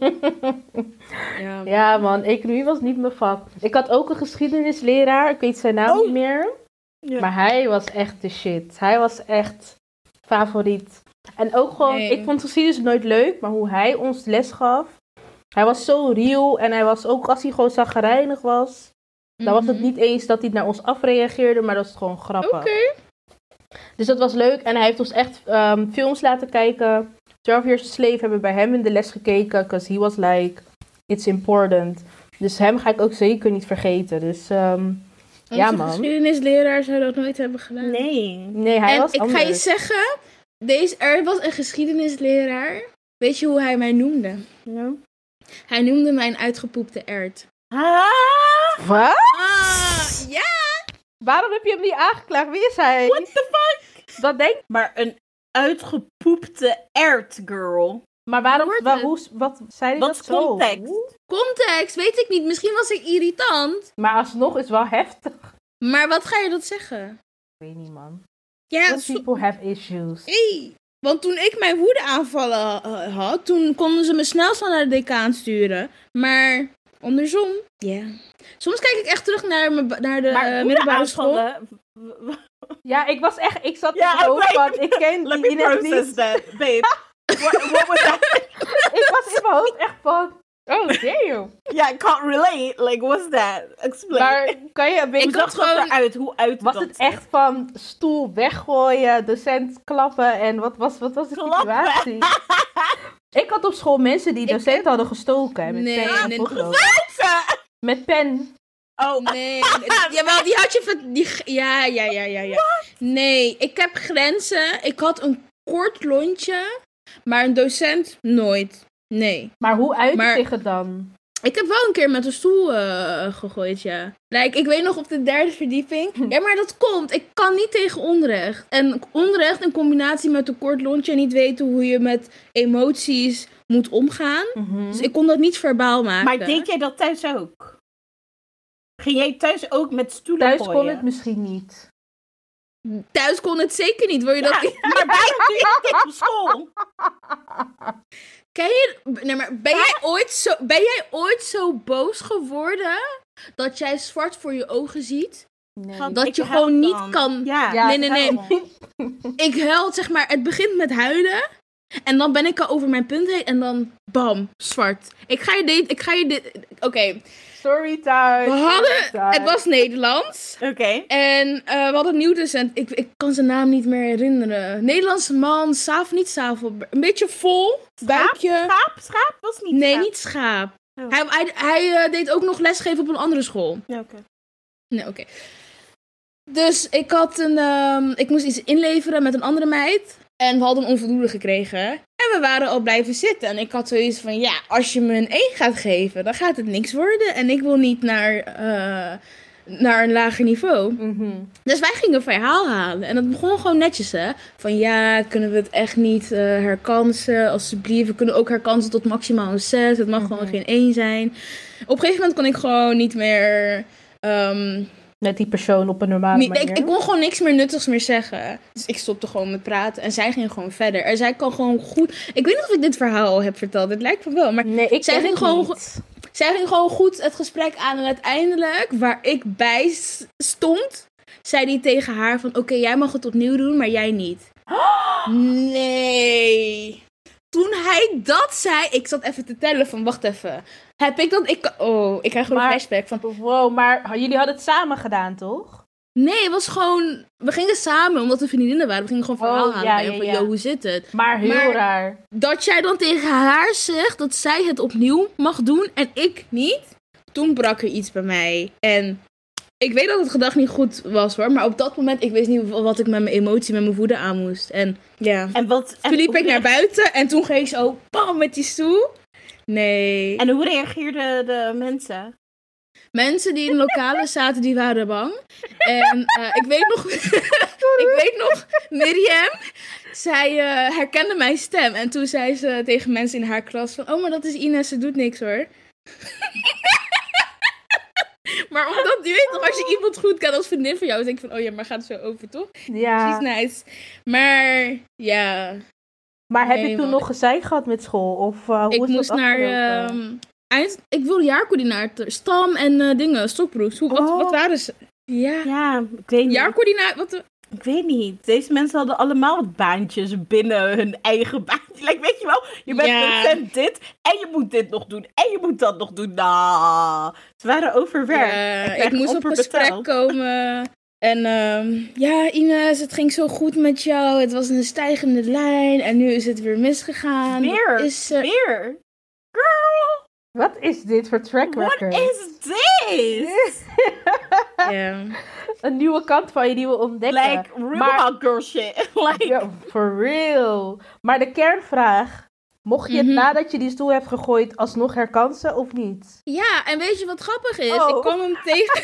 Ja man, economie was niet mijn vak. Ik had ook een geschiedenisleraar. Ik weet zijn naam niet meer. Ja. Maar hij was echt de shit. Hij was echt favoriet. En ook gewoon, ik vond geschiedenis nooit leuk, maar hoe hij ons les gaf. Hij was zo real en hij was ook, als hij gewoon chagrijnig was, dan was het niet eens dat hij naar ons afreageerde, maar dat was gewoon grappig. Okay. Dus dat was leuk en hij heeft ons echt films laten kijken. 12 Years a Slave hebben we bij hem in de les gekeken, because he was it's important. Dus hem ga ik ook zeker niet vergeten, dus ja man. Onze geschiedenisleraar zou dat nooit hebben gedaan. Nee, hij was anders. Ik ga je zeggen, er was een geschiedenisleraar. Weet je hoe hij mij noemde? Ja. Hij noemde mij een uitgepoepte ert. Wat? Ja! Waarom heb je hem niet aangeklaagd? Wie is hij? What the fuck? Dat denk ik. Maar een uitgepoepte ert, girl. Maar waarom? Wat zei hij dat zo? Wat context? Context, weet ik niet. Misschien was ik irritant. Maar alsnog is het wel heftig. Maar wat ga je dat zeggen? Ik weet niet, man. Ja, people have issues. Hey, want toen ik mijn woedeaanvallen had, toen konden ze me snel naar de decaan sturen. Maar andersom, ja. Soms kijk ik echt terug naar de middelbare school. Ja, ik zat in mijn hoofd van, ik ken Let die me process that, babe. What was that? Ik was in mijn hoofd echt van, oh damn. Yeah, I can't relate. What's that? Explain. Maar kan je een beetje... Hoe zag dat eruit? Hoe uit was het echt van stoel weggooien, docent klappen en wat was de situatie? Ik had op school mensen die docenten hadden gestoken. Met pen. Oh, nee. Jawel, die had je... Ja. Nee, ik heb grenzen. Ik had een kort lontje, maar een docent nooit. Nee. Maar hoe uitte zich het dan? Ik heb wel een keer met een stoel gegooid, ja. Ik weet nog op de 3e verdieping. Ja, maar dat komt. Ik kan niet tegen onrecht. En onrecht in combinatie met een kort lontje en niet weten hoe je met emoties moet omgaan. Mm-hmm. Dus ik kon dat niet verbaal maken. Maar deed jij dat thuis ook? Ging jij thuis ook met stoelen thuis gooien? Kon het misschien niet. Thuis kon het zeker niet. Wil je dat? Ja, maar wij doen dit op school. Ben jij ooit zo boos geworden dat jij zwart voor je ogen ziet? Nee. Dat Ik je huil gewoon niet dan. kan. Ja, Nee. Ik huil, zeg maar, het begint met huilen. En dan ben ik al over mijn punt heen. En dan, bam, zwart. Ik ga je dit. Oké. Storytime. Het was Nederlands. Oké. En we hadden een nieuw docent. Ik kan zijn naam niet meer herinneren. Nederlandse man, niet Savo. Een beetje vol. Buikje. Schaap was niet Nee, schaap. niet schaap. Oh. Hij deed ook nog lesgeven op een andere school. Ja, oké. Nee, oké. Dus ik moest iets inleveren met een andere meid. En we hadden een onvoldoende gekregen. En we waren al blijven zitten. En ik had zoiets van, ja, als je me een 1 gaat geven, dan gaat het niks worden. En ik wil niet naar een lager niveau. Dus wij gingen een verhaal halen. En dat begon gewoon netjes, hè. Van, ja, kunnen we het echt niet herkansen? Alsjeblieft, we kunnen ook herkansen tot maximaal een 6. Het mag gewoon geen 1 zijn. Op een gegeven moment kon ik gewoon niet meer... Met die persoon op een normale manier. Ik kon gewoon niks meer nuttigs meer zeggen. Dus ik stopte gewoon met praten. En zij ging gewoon verder. En zij kan gewoon goed... Ik weet niet of ik dit verhaal al heb verteld. Het lijkt me wel. Maar Nee, zij ging gewoon goed het gesprek aan. En uiteindelijk, waar ik bij stond, zei hij tegen haar van... Oké, jij mag het opnieuw doen, maar jij niet. Nee. Toen hij dat zei... Ik zat even te tellen van, wacht even. Heb ik dat... ik krijg gewoon een flashback van... Wow, maar jullie hadden het samen gedaan, toch? Nee, het was gewoon... We gingen samen, omdat we vriendinnen waren. We gingen gewoon verhaal halen. Van, yo, hoe zit het? Maar heel raar. Dat jij dan tegen haar zegt dat zij het opnieuw mag doen en ik niet. Toen brak er iets bij mij. En ik weet dat het gedag niet goed was, hoor. Maar op dat moment, ik wist niet wat ik met mijn emotie, met mijn woede aan moest. En ja, toen liep ik naar buiten en toen ging ik zo, bam, met die stoel. Nee. En hoe reageerden de mensen? Mensen die in de lokale zaten, die waren bang. En ik weet nog, Miriam, zij herkende mijn stem. En toen zei ze tegen mensen in haar klas van, oh, maar dat is Ines, ze doet niks, hoor. Maar omdat, je weet toch, als je iemand goed kent als vriendin van jou, dan denk je van, oh ja, maar gaat het zo over, toch? Ja. She's nice. Maar, ja. Maar heb je toen nog gezeik gehad met school? Of hoe ik is moest dat naar... ik wilde jaarcoördinator. Stam en stokbroeks. Wat waren ze? Ja, ik weet niet. Jaarcoördinator... Ik weet niet. Deze mensen hadden allemaal wat baantjes binnen hun eigen baantje. Like, weet je wel, je bent docent dit en je moet dit nog doen en je moet dat nog doen. Nou, ze waren overwerkt. Ik moest op gesprek komen. En ja, Ines, het ging zo goed met jou. Het was een stijgende lijn en nu is het weer misgegaan. Weer. Girl. Wat is dit voor track record? What is this? Ja. Een nieuwe kant van je die we ontdekken. Like, real hot girl shit. Like... Ja, for real. Maar de kernvraag... Mocht je het nadat je die stoel hebt gegooid alsnog herkansen of niet? Ja, en weet je wat grappig is? Oh. Ik kwam hem tegen...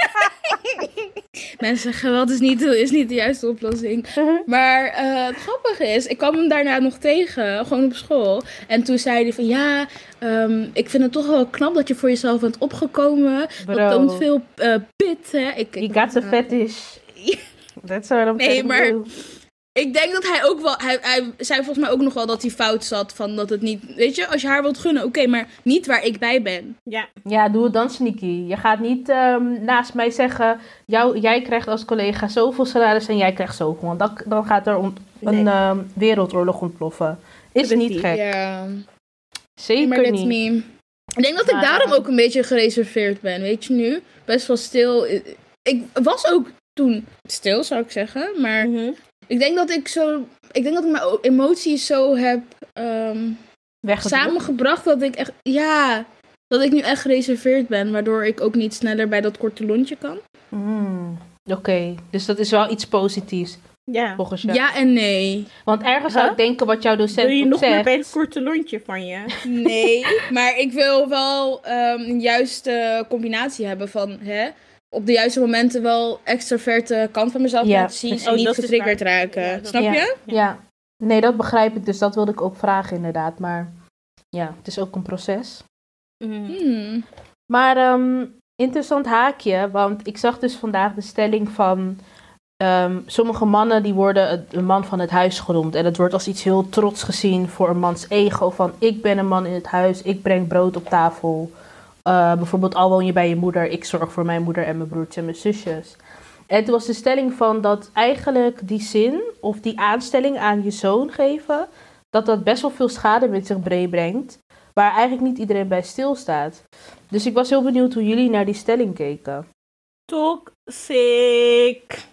Mensen, geweld is niet de juiste oplossing. Maar het grappige is, ik kwam hem daarna nog tegen, gewoon op school. En toen zei hij van, ja, ik vind het toch wel knap dat je voor jezelf bent opgekomen. Bro. Dat toont veel pit, hè. You got a fetish. That's what I'm Nee, maar... do. Ik denk dat hij ook wel... Hij zei volgens mij ook nog wel dat hij fout zat. Van dat het niet... Weet je, als je haar wilt gunnen, oké, maar niet waar ik bij ben. Ja, doe het dan sneaky. Je gaat niet naast mij zeggen... Jij krijgt als collega zoveel salaris en jij krijgt zoveel. Want dan gaat er een wereldoorlog ontploffen. Is niet gek. Ja. Zeker maar niet. Me. Ik denk dat ik daarom ook een beetje gereserveerd ben. Weet je nu? Best wel stil. Ik was ook toen stil, zou ik zeggen. Maar... Ik denk dat ik mijn emoties zo heb samengebracht dat ik echt... Ja, dat ik nu echt gereserveerd ben. Waardoor ik ook niet sneller bij dat korte lontje kan. Oké, dus dat is wel iets positiefs. Ja. Volgens jou. Ja en nee. Want ergens zou ik denken wat jouw docent wil je nog zegt. meer bij het korte lontje van je? Nee, maar ik wil wel een juiste combinatie hebben van... op de juiste momenten wel extraverte kant van mezelf laten zien en niet getriggerd raken. Ja, snap je? Ja. Nee, dat begrijp ik. Dus dat wilde ik ook vragen inderdaad. Maar ja, het is ook een proces. Maar interessant haakje. Want ik zag dus vandaag de stelling van... sommige mannen die worden de man van het huis genoemd. En het wordt als iets heel trots gezien voor een mans ego. Van ik ben een man in het huis, ik breng brood op tafel. Bijvoorbeeld al woon je bij je moeder, ik zorg voor mijn moeder en mijn broertje en mijn zusjes. En het was de stelling van dat eigenlijk die zin of die aanstelling aan je zoon geven, dat best wel veel schade met zich brengt. Waar eigenlijk niet iedereen bij stilstaat. Dus ik was heel benieuwd hoe jullie naar die stelling keken. Toxic.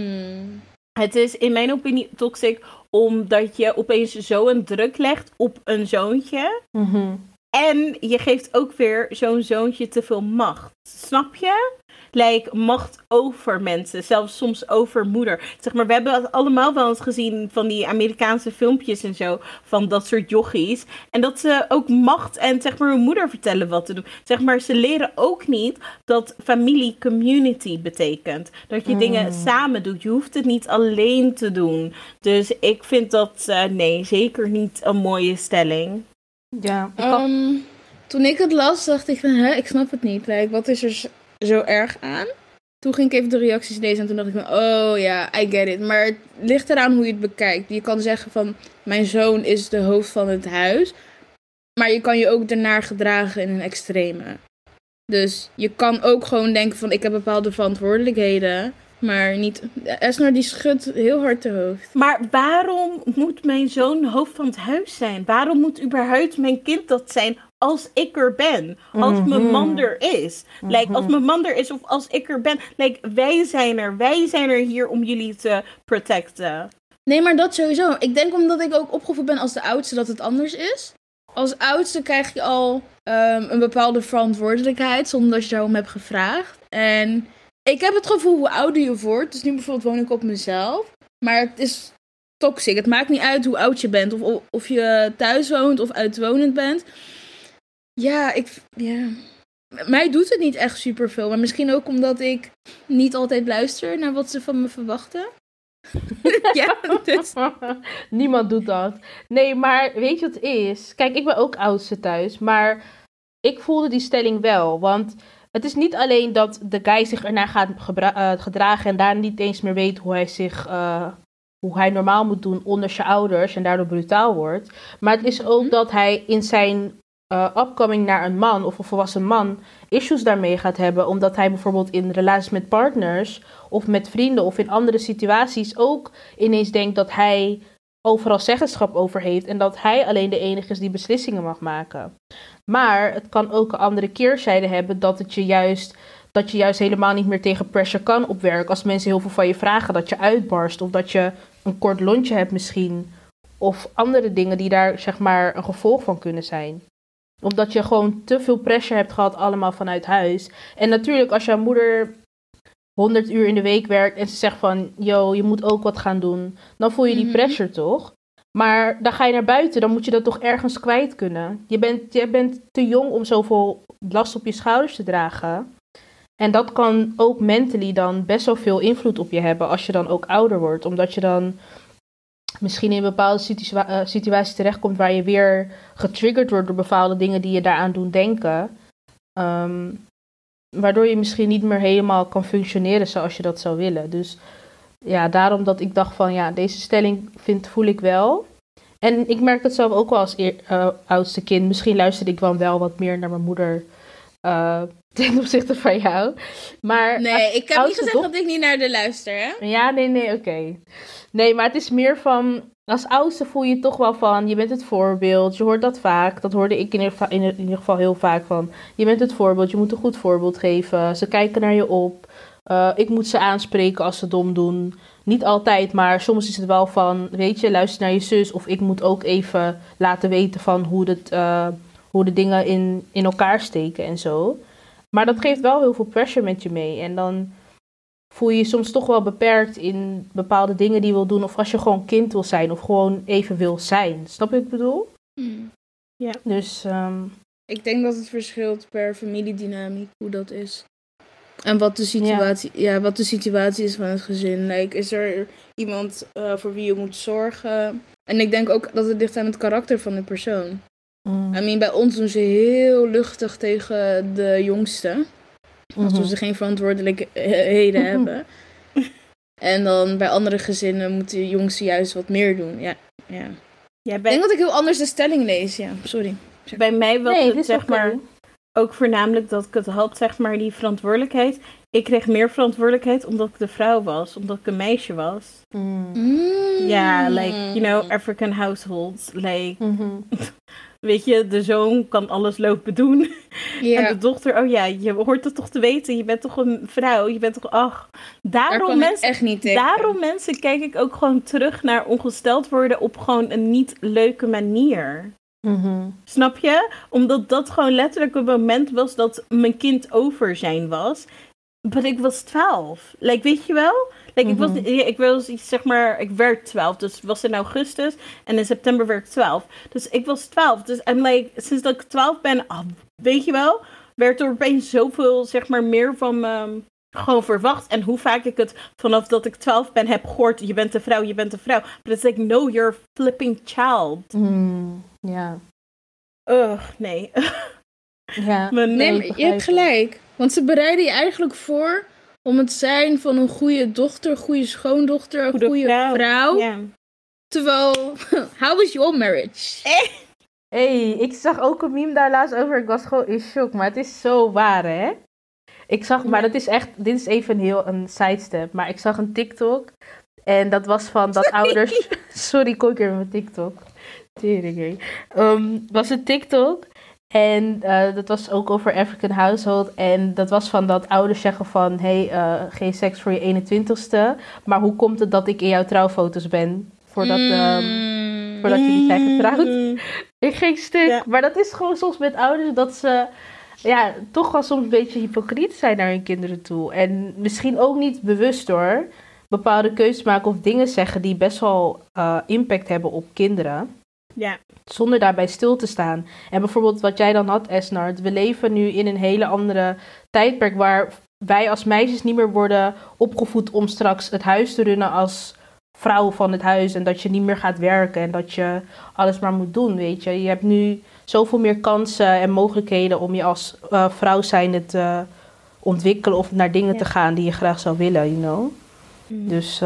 Het is in mijn opinie toxic omdat je opeens zo een druk legt op een zoontje. En je geeft ook weer zo'n zoontje te veel macht. Snap je? Macht over mensen. Zelfs soms over moeder. Zeg maar, we hebben het allemaal wel eens gezien van die Amerikaanse filmpjes en zo. Van dat soort jochies. En dat ze ook macht en zeg maar hun moeder vertellen wat te doen. Zeg maar, ze leren ook niet dat familie community betekent. Dat je dingen samen doet. Je hoeft het niet alleen te doen. Dus ik vind dat, nee, zeker niet een mooie stelling. Ja, toen ik het las, dacht ik van, ik snap het niet. Wat is er zo erg aan? Toen ging ik even de reacties lezen en toen dacht ik van, oh ja, I get it. Maar het ligt eraan hoe je het bekijkt. Je kan zeggen van, mijn zoon is de hoofd van het huis. Maar je kan je ook ernaar gedragen in een extreme. Dus je kan ook gewoon denken van, ik heb bepaalde verantwoordelijkheden. Maar niet, Esnor die schudt heel hard de hoofd. Maar waarom moet mijn zoon hoofd van het huis zijn? Waarom moet überhaupt mijn kind dat zijn als ik er ben? Als mijn man er is. Als mijn man er is of als ik er ben. Wij zijn er hier om jullie te protecten. Nee, maar dat sowieso. Ik denk omdat ik ook opgevoed ben als de oudste dat het anders is. Als oudste krijg je al een bepaalde verantwoordelijkheid zonder dat je daarom hebt gevraagd. En ik heb het gevoel hoe ouder je wordt. Dus nu bijvoorbeeld woon ik op mezelf. Maar het is toxic. Het maakt niet uit hoe oud je bent. Of je thuis woont of uitwonend bent. Ja, mij doet het niet echt superveel. Maar misschien ook omdat ik niet altijd luister naar wat ze van me verwachten. Ja, dus. Niemand doet dat. Nee, maar weet je wat het is? Kijk, ik ben ook oudste thuis. Maar ik voelde die stelling wel. Want het is niet alleen dat de guy zich ernaar gaat gedragen en daar niet eens meer weet hoe hij normaal moet doen onder zijn ouders en daardoor brutaal wordt. Maar het is ook dat hij in zijn upcoming naar een man of een volwassen man issues daarmee gaat hebben. Omdat hij bijvoorbeeld in relaties met partners of met vrienden of in andere situaties ook ineens denkt dat hij overal zeggenschap over heeft en dat hij alleen de enige is die beslissingen mag maken. Maar het kan ook een andere keerzijde hebben dat je juist helemaal niet meer tegen pressure kan opwerken. Als mensen heel veel van je vragen, dat je uitbarst of dat je een kort lontje hebt misschien. Of andere dingen die daar zeg maar een gevolg van kunnen zijn. Omdat je gewoon te veel pressure hebt gehad allemaal vanuit huis. En natuurlijk als jouw moeder 100 uur in de week werkt en ze zegt van, yo, je moet ook wat gaan doen. Dan voel je die pressure toch? Maar dan ga je naar buiten, dan moet je dat toch ergens kwijt kunnen. Je bent te jong om zoveel last op je schouders te dragen. En dat kan ook mentally dan best wel veel invloed op je hebben als je dan ook ouder wordt. Omdat je dan misschien in bepaalde situaties terechtkomt waar je weer getriggerd wordt door bepaalde dingen die je daaraan doen denken. Waardoor je misschien niet meer helemaal kan functioneren zoals je dat zou willen. Dus ja, daarom dat ik dacht van ja, deze stelling voel ik wel. En ik merk het zelf ook wel als oudste kind. Misschien luisterde ik wel wat meer naar mijn moeder ten opzichte van jou. Maar nee, ik heb niet gezegd dat ik niet naar de luister, hè? Ja, nee, oké. Nee, maar het is meer van, als oudste voel je toch wel van, je bent het voorbeeld. Je hoort dat vaak, dat hoorde ik in ieder geval heel vaak van. Je bent het voorbeeld, je moet een goed voorbeeld geven. Ze kijken naar je op. Ik moet ze aanspreken als ze dom doen. Niet altijd, maar soms is het wel van, weet je, luister naar je zus. Of ik moet ook even laten weten van hoe de dingen in elkaar steken en zo. Maar dat geeft wel heel veel pressure met je mee. En dan voel je je soms toch wel beperkt in bepaalde dingen die je wil doen. Of als je gewoon kind wil zijn of gewoon even wil zijn. Snap je wat ik bedoel? Ja. Dus ik denk dat het verschilt per familiedynamiek hoe dat is. En wat de situatie is van het gezin. Is er iemand voor wie je moet zorgen? En ik denk ook dat het ligt aan het karakter van de persoon. Bij ons doen ze heel luchtig tegen de jongste. Alsof ze geen verantwoordelijkheden hebben. En dan bij andere gezinnen moeten de jongsten juist wat meer doen. Ja. Ik denk dat ik heel anders de stelling lees. Ja, sorry. Bij mij was Nee, het dit is zeg oké. maar ook voornamelijk dat ik het had, zeg maar, die verantwoordelijkheid. Ik kreeg meer verantwoordelijkheid omdat ik de vrouw was, omdat ik een meisje was. Ja, like, you know, African households. Like, weet je, de zoon kan alles lopen doen. Ja. En de dochter, oh ja, je hoort het toch te weten. Je bent toch een vrouw, je bent toch, ach. Daar Daarom kan ik mensen, echt niet tegen. daarom mensen kijk ik ook gewoon terug naar ongesteld worden op gewoon een niet leuke manier. Snap je? Omdat dat gewoon letterlijk een moment was dat mijn kind over zijn was. Maar ik was 12. Like, weet je wel? Like, ik was iets, zeg maar, ik werd 12. Dus het was in augustus. En in september werd ik 12. Dus ik was 12. Dus I'm like, sinds dat ik 12 ben, weet je wel? Werd er opeens zoveel, zeg maar, meer van me gewoon verwacht. En hoe vaak ik het vanaf dat ik 12 ben heb gehoord. Je bent een vrouw, je bent een vrouw. But it's like, no, you're a flipping child. Ja. Ugh, nee. Ja. Nee, maar je hebt gelijk. Want ze bereiden je eigenlijk voor om het zijn van een goede dochter, goede schoondochter, een goede vrouw. Ja. Terwijl, how was your marriage? Hey, ik zag ook een meme daar laatst over. Ik was gewoon in shock, maar het is zo waar, hè? Ik zag, maar dat is echt, dit is even een sidestep, maar ik zag een TikTok en dat was van dat ouders... Sorry, ik ook weer met mijn TikTok. Tering, was een TikTok en dat was ook over African household en dat was van dat ouders zeggen van, geen seks voor je 21ste, maar hoe komt het dat ik in jouw trouwfoto's ben voordat jullie zijn getrouwd? Ik ging stuk. Ja. Maar dat is gewoon soms met ouders dat ze toch wel soms een beetje hypocriet zijn naar hun kinderen toe. En misschien ook niet bewust hoor. Bepaalde keuzes maken of dingen zeggen die best wel impact hebben op kinderen. Ja. Zonder daarbij stil te staan. En bijvoorbeeld wat jij dan had, Esnard. We leven nu in een hele andere tijdperk waar wij als meisjes niet meer worden opgevoed om straks het huis te runnen als vrouw van het huis. En dat je niet meer gaat werken en dat je alles maar moet doen, weet je. Je hebt nu zoveel meer kansen en mogelijkheden om je als vrouw zijnde te ontwikkelen of naar dingen te gaan die je graag zou willen, you know. Dus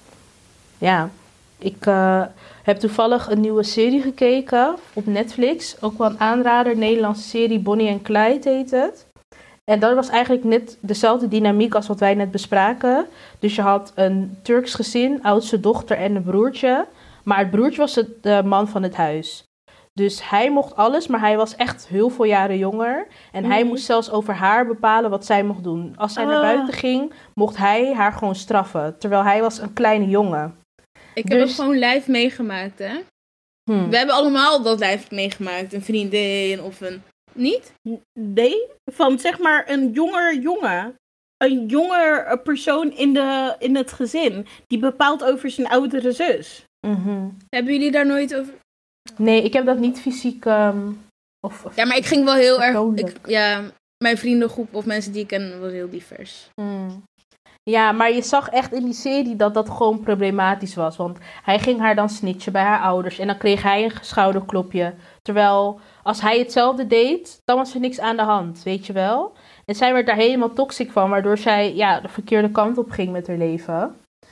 ik heb toevallig een nieuwe serie gekeken op Netflix. Ook wel een aanrader, Nederlandse serie, Bonnie en Clyde heet het. En dat was eigenlijk net dezelfde dynamiek als wat wij net bespraken. Dus je had een Turks gezin, oudste dochter en een broertje. Maar het broertje was de man van het huis. Dus hij mocht alles, maar hij was echt heel veel jaren jonger. En hij moest zelfs over haar bepalen wat zij mocht doen. Als zij naar buiten ging, mocht hij haar gewoon straffen. Terwijl hij was een kleine jongen. Ik heb het gewoon live meegemaakt, hè. We hebben allemaal dat live meegemaakt. Een vriendin of een... Niet? Nee, van zeg maar een jonger jongen. Een jonger persoon in het gezin. Die bepaalt over zijn oudere zus. Hebben jullie daar nooit over... Nee, ik heb dat niet fysiek... Ja, maar ik ging wel heel erg... Mijn vriendengroep of mensen die ik ken was heel divers. Ja, maar je zag echt in die serie dat gewoon problematisch was. Want hij ging haar dan snitchen bij haar ouders. En dan kreeg hij een schouderklopje. Terwijl als hij hetzelfde deed, dan was er niks aan de hand, weet je wel. En zij werd daar helemaal toxic van. Waardoor zij de verkeerde kant op ging met haar leven.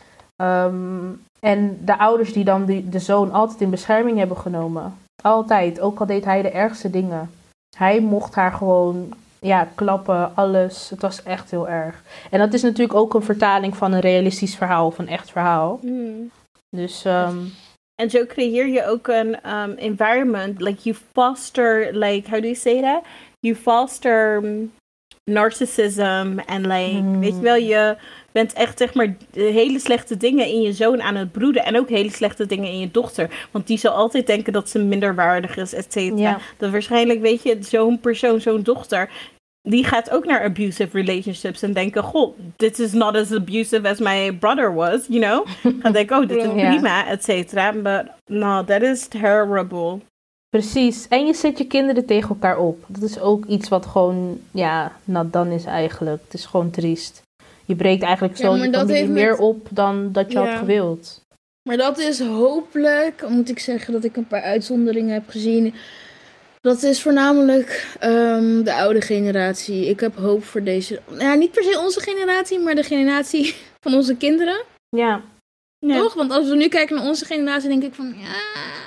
En de ouders die dan de zoon altijd in bescherming hebben genomen. Altijd, ook al deed hij de ergste dingen. Hij mocht haar gewoon... klappen, alles. Het was echt heel erg. En dat is natuurlijk ook een vertaling van een realistisch verhaal, of een echt verhaal. Dus... En zo creëer je ook een environment, like you foster, like, how do you say that? You foster narcissism en like, weet je wel, je bent echt, zeg maar, hele slechte dingen in je zoon aan het broeden en ook hele slechte dingen in je dochter. Want die zal altijd denken dat ze minderwaardig is, et cetera. Ja. Dat waarschijnlijk, weet je, zo'n persoon, zo'n dochter, die gaat ook naar abusive relationships en denken, goh, this is not as abusive as my brother was, you know? Gaan denken, oh, dit is prima, et cetera. But no, that is terrible. Precies. En je zet je kinderen tegen elkaar op. Dat is ook iets wat gewoon, not done is eigenlijk. Het is gewoon triest. Je breekt eigenlijk zo je familie meer op dan dat je had gewild. Maar dat is hopelijk, moet ik zeggen dat ik een paar uitzonderingen heb gezien. Dat is voornamelijk de oude generatie. Ik heb hoop voor deze... niet per se onze generatie, maar de generatie van onze kinderen. Ja. Ja. Toch? Want als we nu kijken naar onze generatie, denk ik van, ja,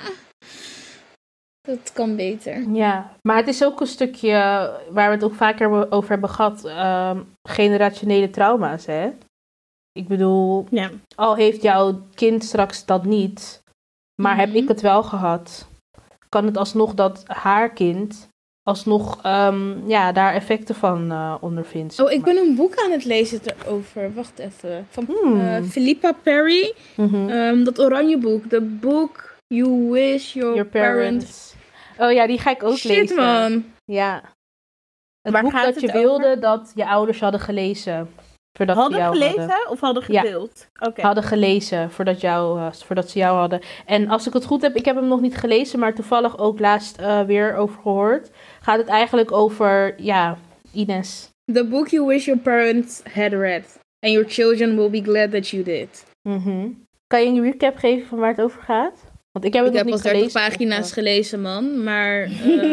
dat kan beter. Ja, maar het is ook een stukje waar we het ook vaker over hebben gehad. Generationele trauma's, hè? Ik bedoel, Ja. al heeft jouw kind straks dat niet, maar heb ik het wel gehad, kan het alsnog dat haar kind alsnog daar effecten van ondervindt. zeg Oh, ik maar. ben een boek aan het lezen erover. Wacht even. Van Philippa Perry. Mhm. Dat oranje boek. The book you wish your parents... Oh ja, die ga ik ook Shit, lezen. man. Ja. Het Waar boek gaat dat het je over? wilde dat je ouders hadden gelezen. Voordat ze Hadden jou gelezen hadden. of hadden Ja. gedeeld? Oké. Hadden gelezen voordat ze jou hadden. En als ik het goed heb, ik heb hem nog niet gelezen, maar toevallig ook laatst weer over gehoord. Gaat het eigenlijk over, Ines. The book you wish your parents had read. And your children will be glad that you did. Mhm. Kan je een recap geven van waar het over gaat? Want ik heb het Ik nog heb niet al 30 gelezen. pagina's gelezen, man. Maar...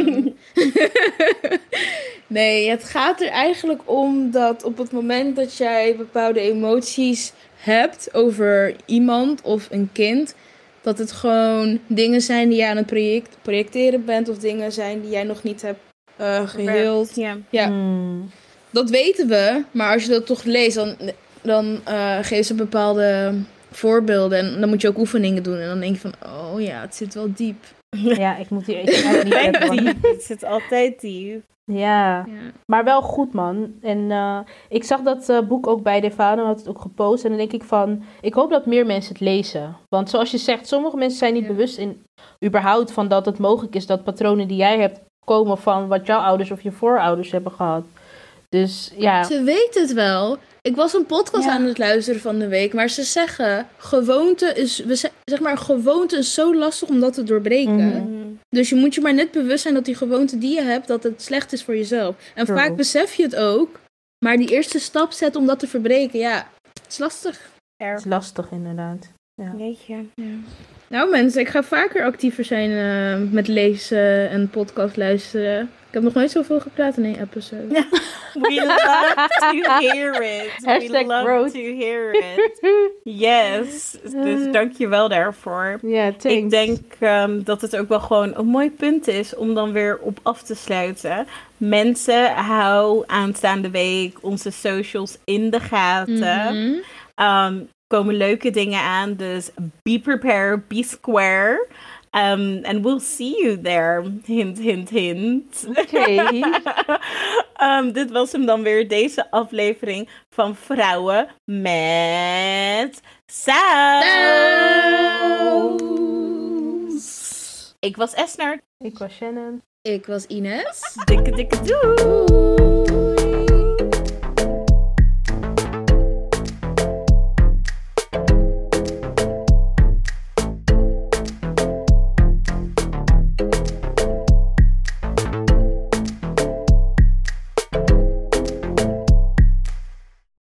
nee, het gaat er eigenlijk om dat op het moment dat jij bepaalde emoties hebt over iemand of een kind, dat het gewoon dingen zijn die jij aan het projecteren bent of dingen zijn die jij nog niet hebt geheeld. Ja. Ja, dat weten we, maar als je dat toch leest, dan geven ze bepaalde voorbeelden en dan moet je ook oefeningen doen. En dan denk je van, oh ja, het zit wel diep. Ja, ik moet hier even niet Denk hebben, want- diep. Het zit altijd diep. Ja, Ja. maar wel goed, man. En ik zag dat boek ook bij Defano, had het ook gepost. En dan denk ik van, ik hoop dat meer mensen het lezen. Want zoals je zegt, sommige mensen zijn niet Ja. bewust überhaupt van dat het mogelijk is dat patronen die jij hebt komen van wat jouw ouders of je voorouders hebben gehad. Dus ja, Ze weten het wel. Ik was een podcast Ja. aan het luisteren van de week, maar ze zeggen, gewoonte is zo lastig om dat te doorbreken. Mhm. Dus je moet je maar net bewust zijn dat die gewoonte die je hebt, dat het slecht is voor jezelf. En True. vaak besef je het ook, maar die eerste stap zetten om dat te verbreken, ja, het is lastig. het is lastig inderdaad. Jeetje. Nou mensen, ik ga vaker actiever zijn met lezen en podcast luisteren. Ik heb nog nooit zoveel gepraat in één episode. We love to hear it. We Hashtag love growth. to hear it. Yes. Dus dank je wel daarvoor. Ja, thanks. Ik denk dat het ook wel gewoon een mooi punt is om dan weer op af te sluiten. Mensen, hou aanstaande week onze socials in de gaten. Mhm. Komen leuke dingen aan, dus be prepared, be square. And we'll see you there. Hint, hint, hint. Oké. Dit was hem dan weer, deze aflevering van Vrouwen met Saus. Ik was Esner. Ik was Shannon. Ik was Ines. Dikke, dikke doei. Doei.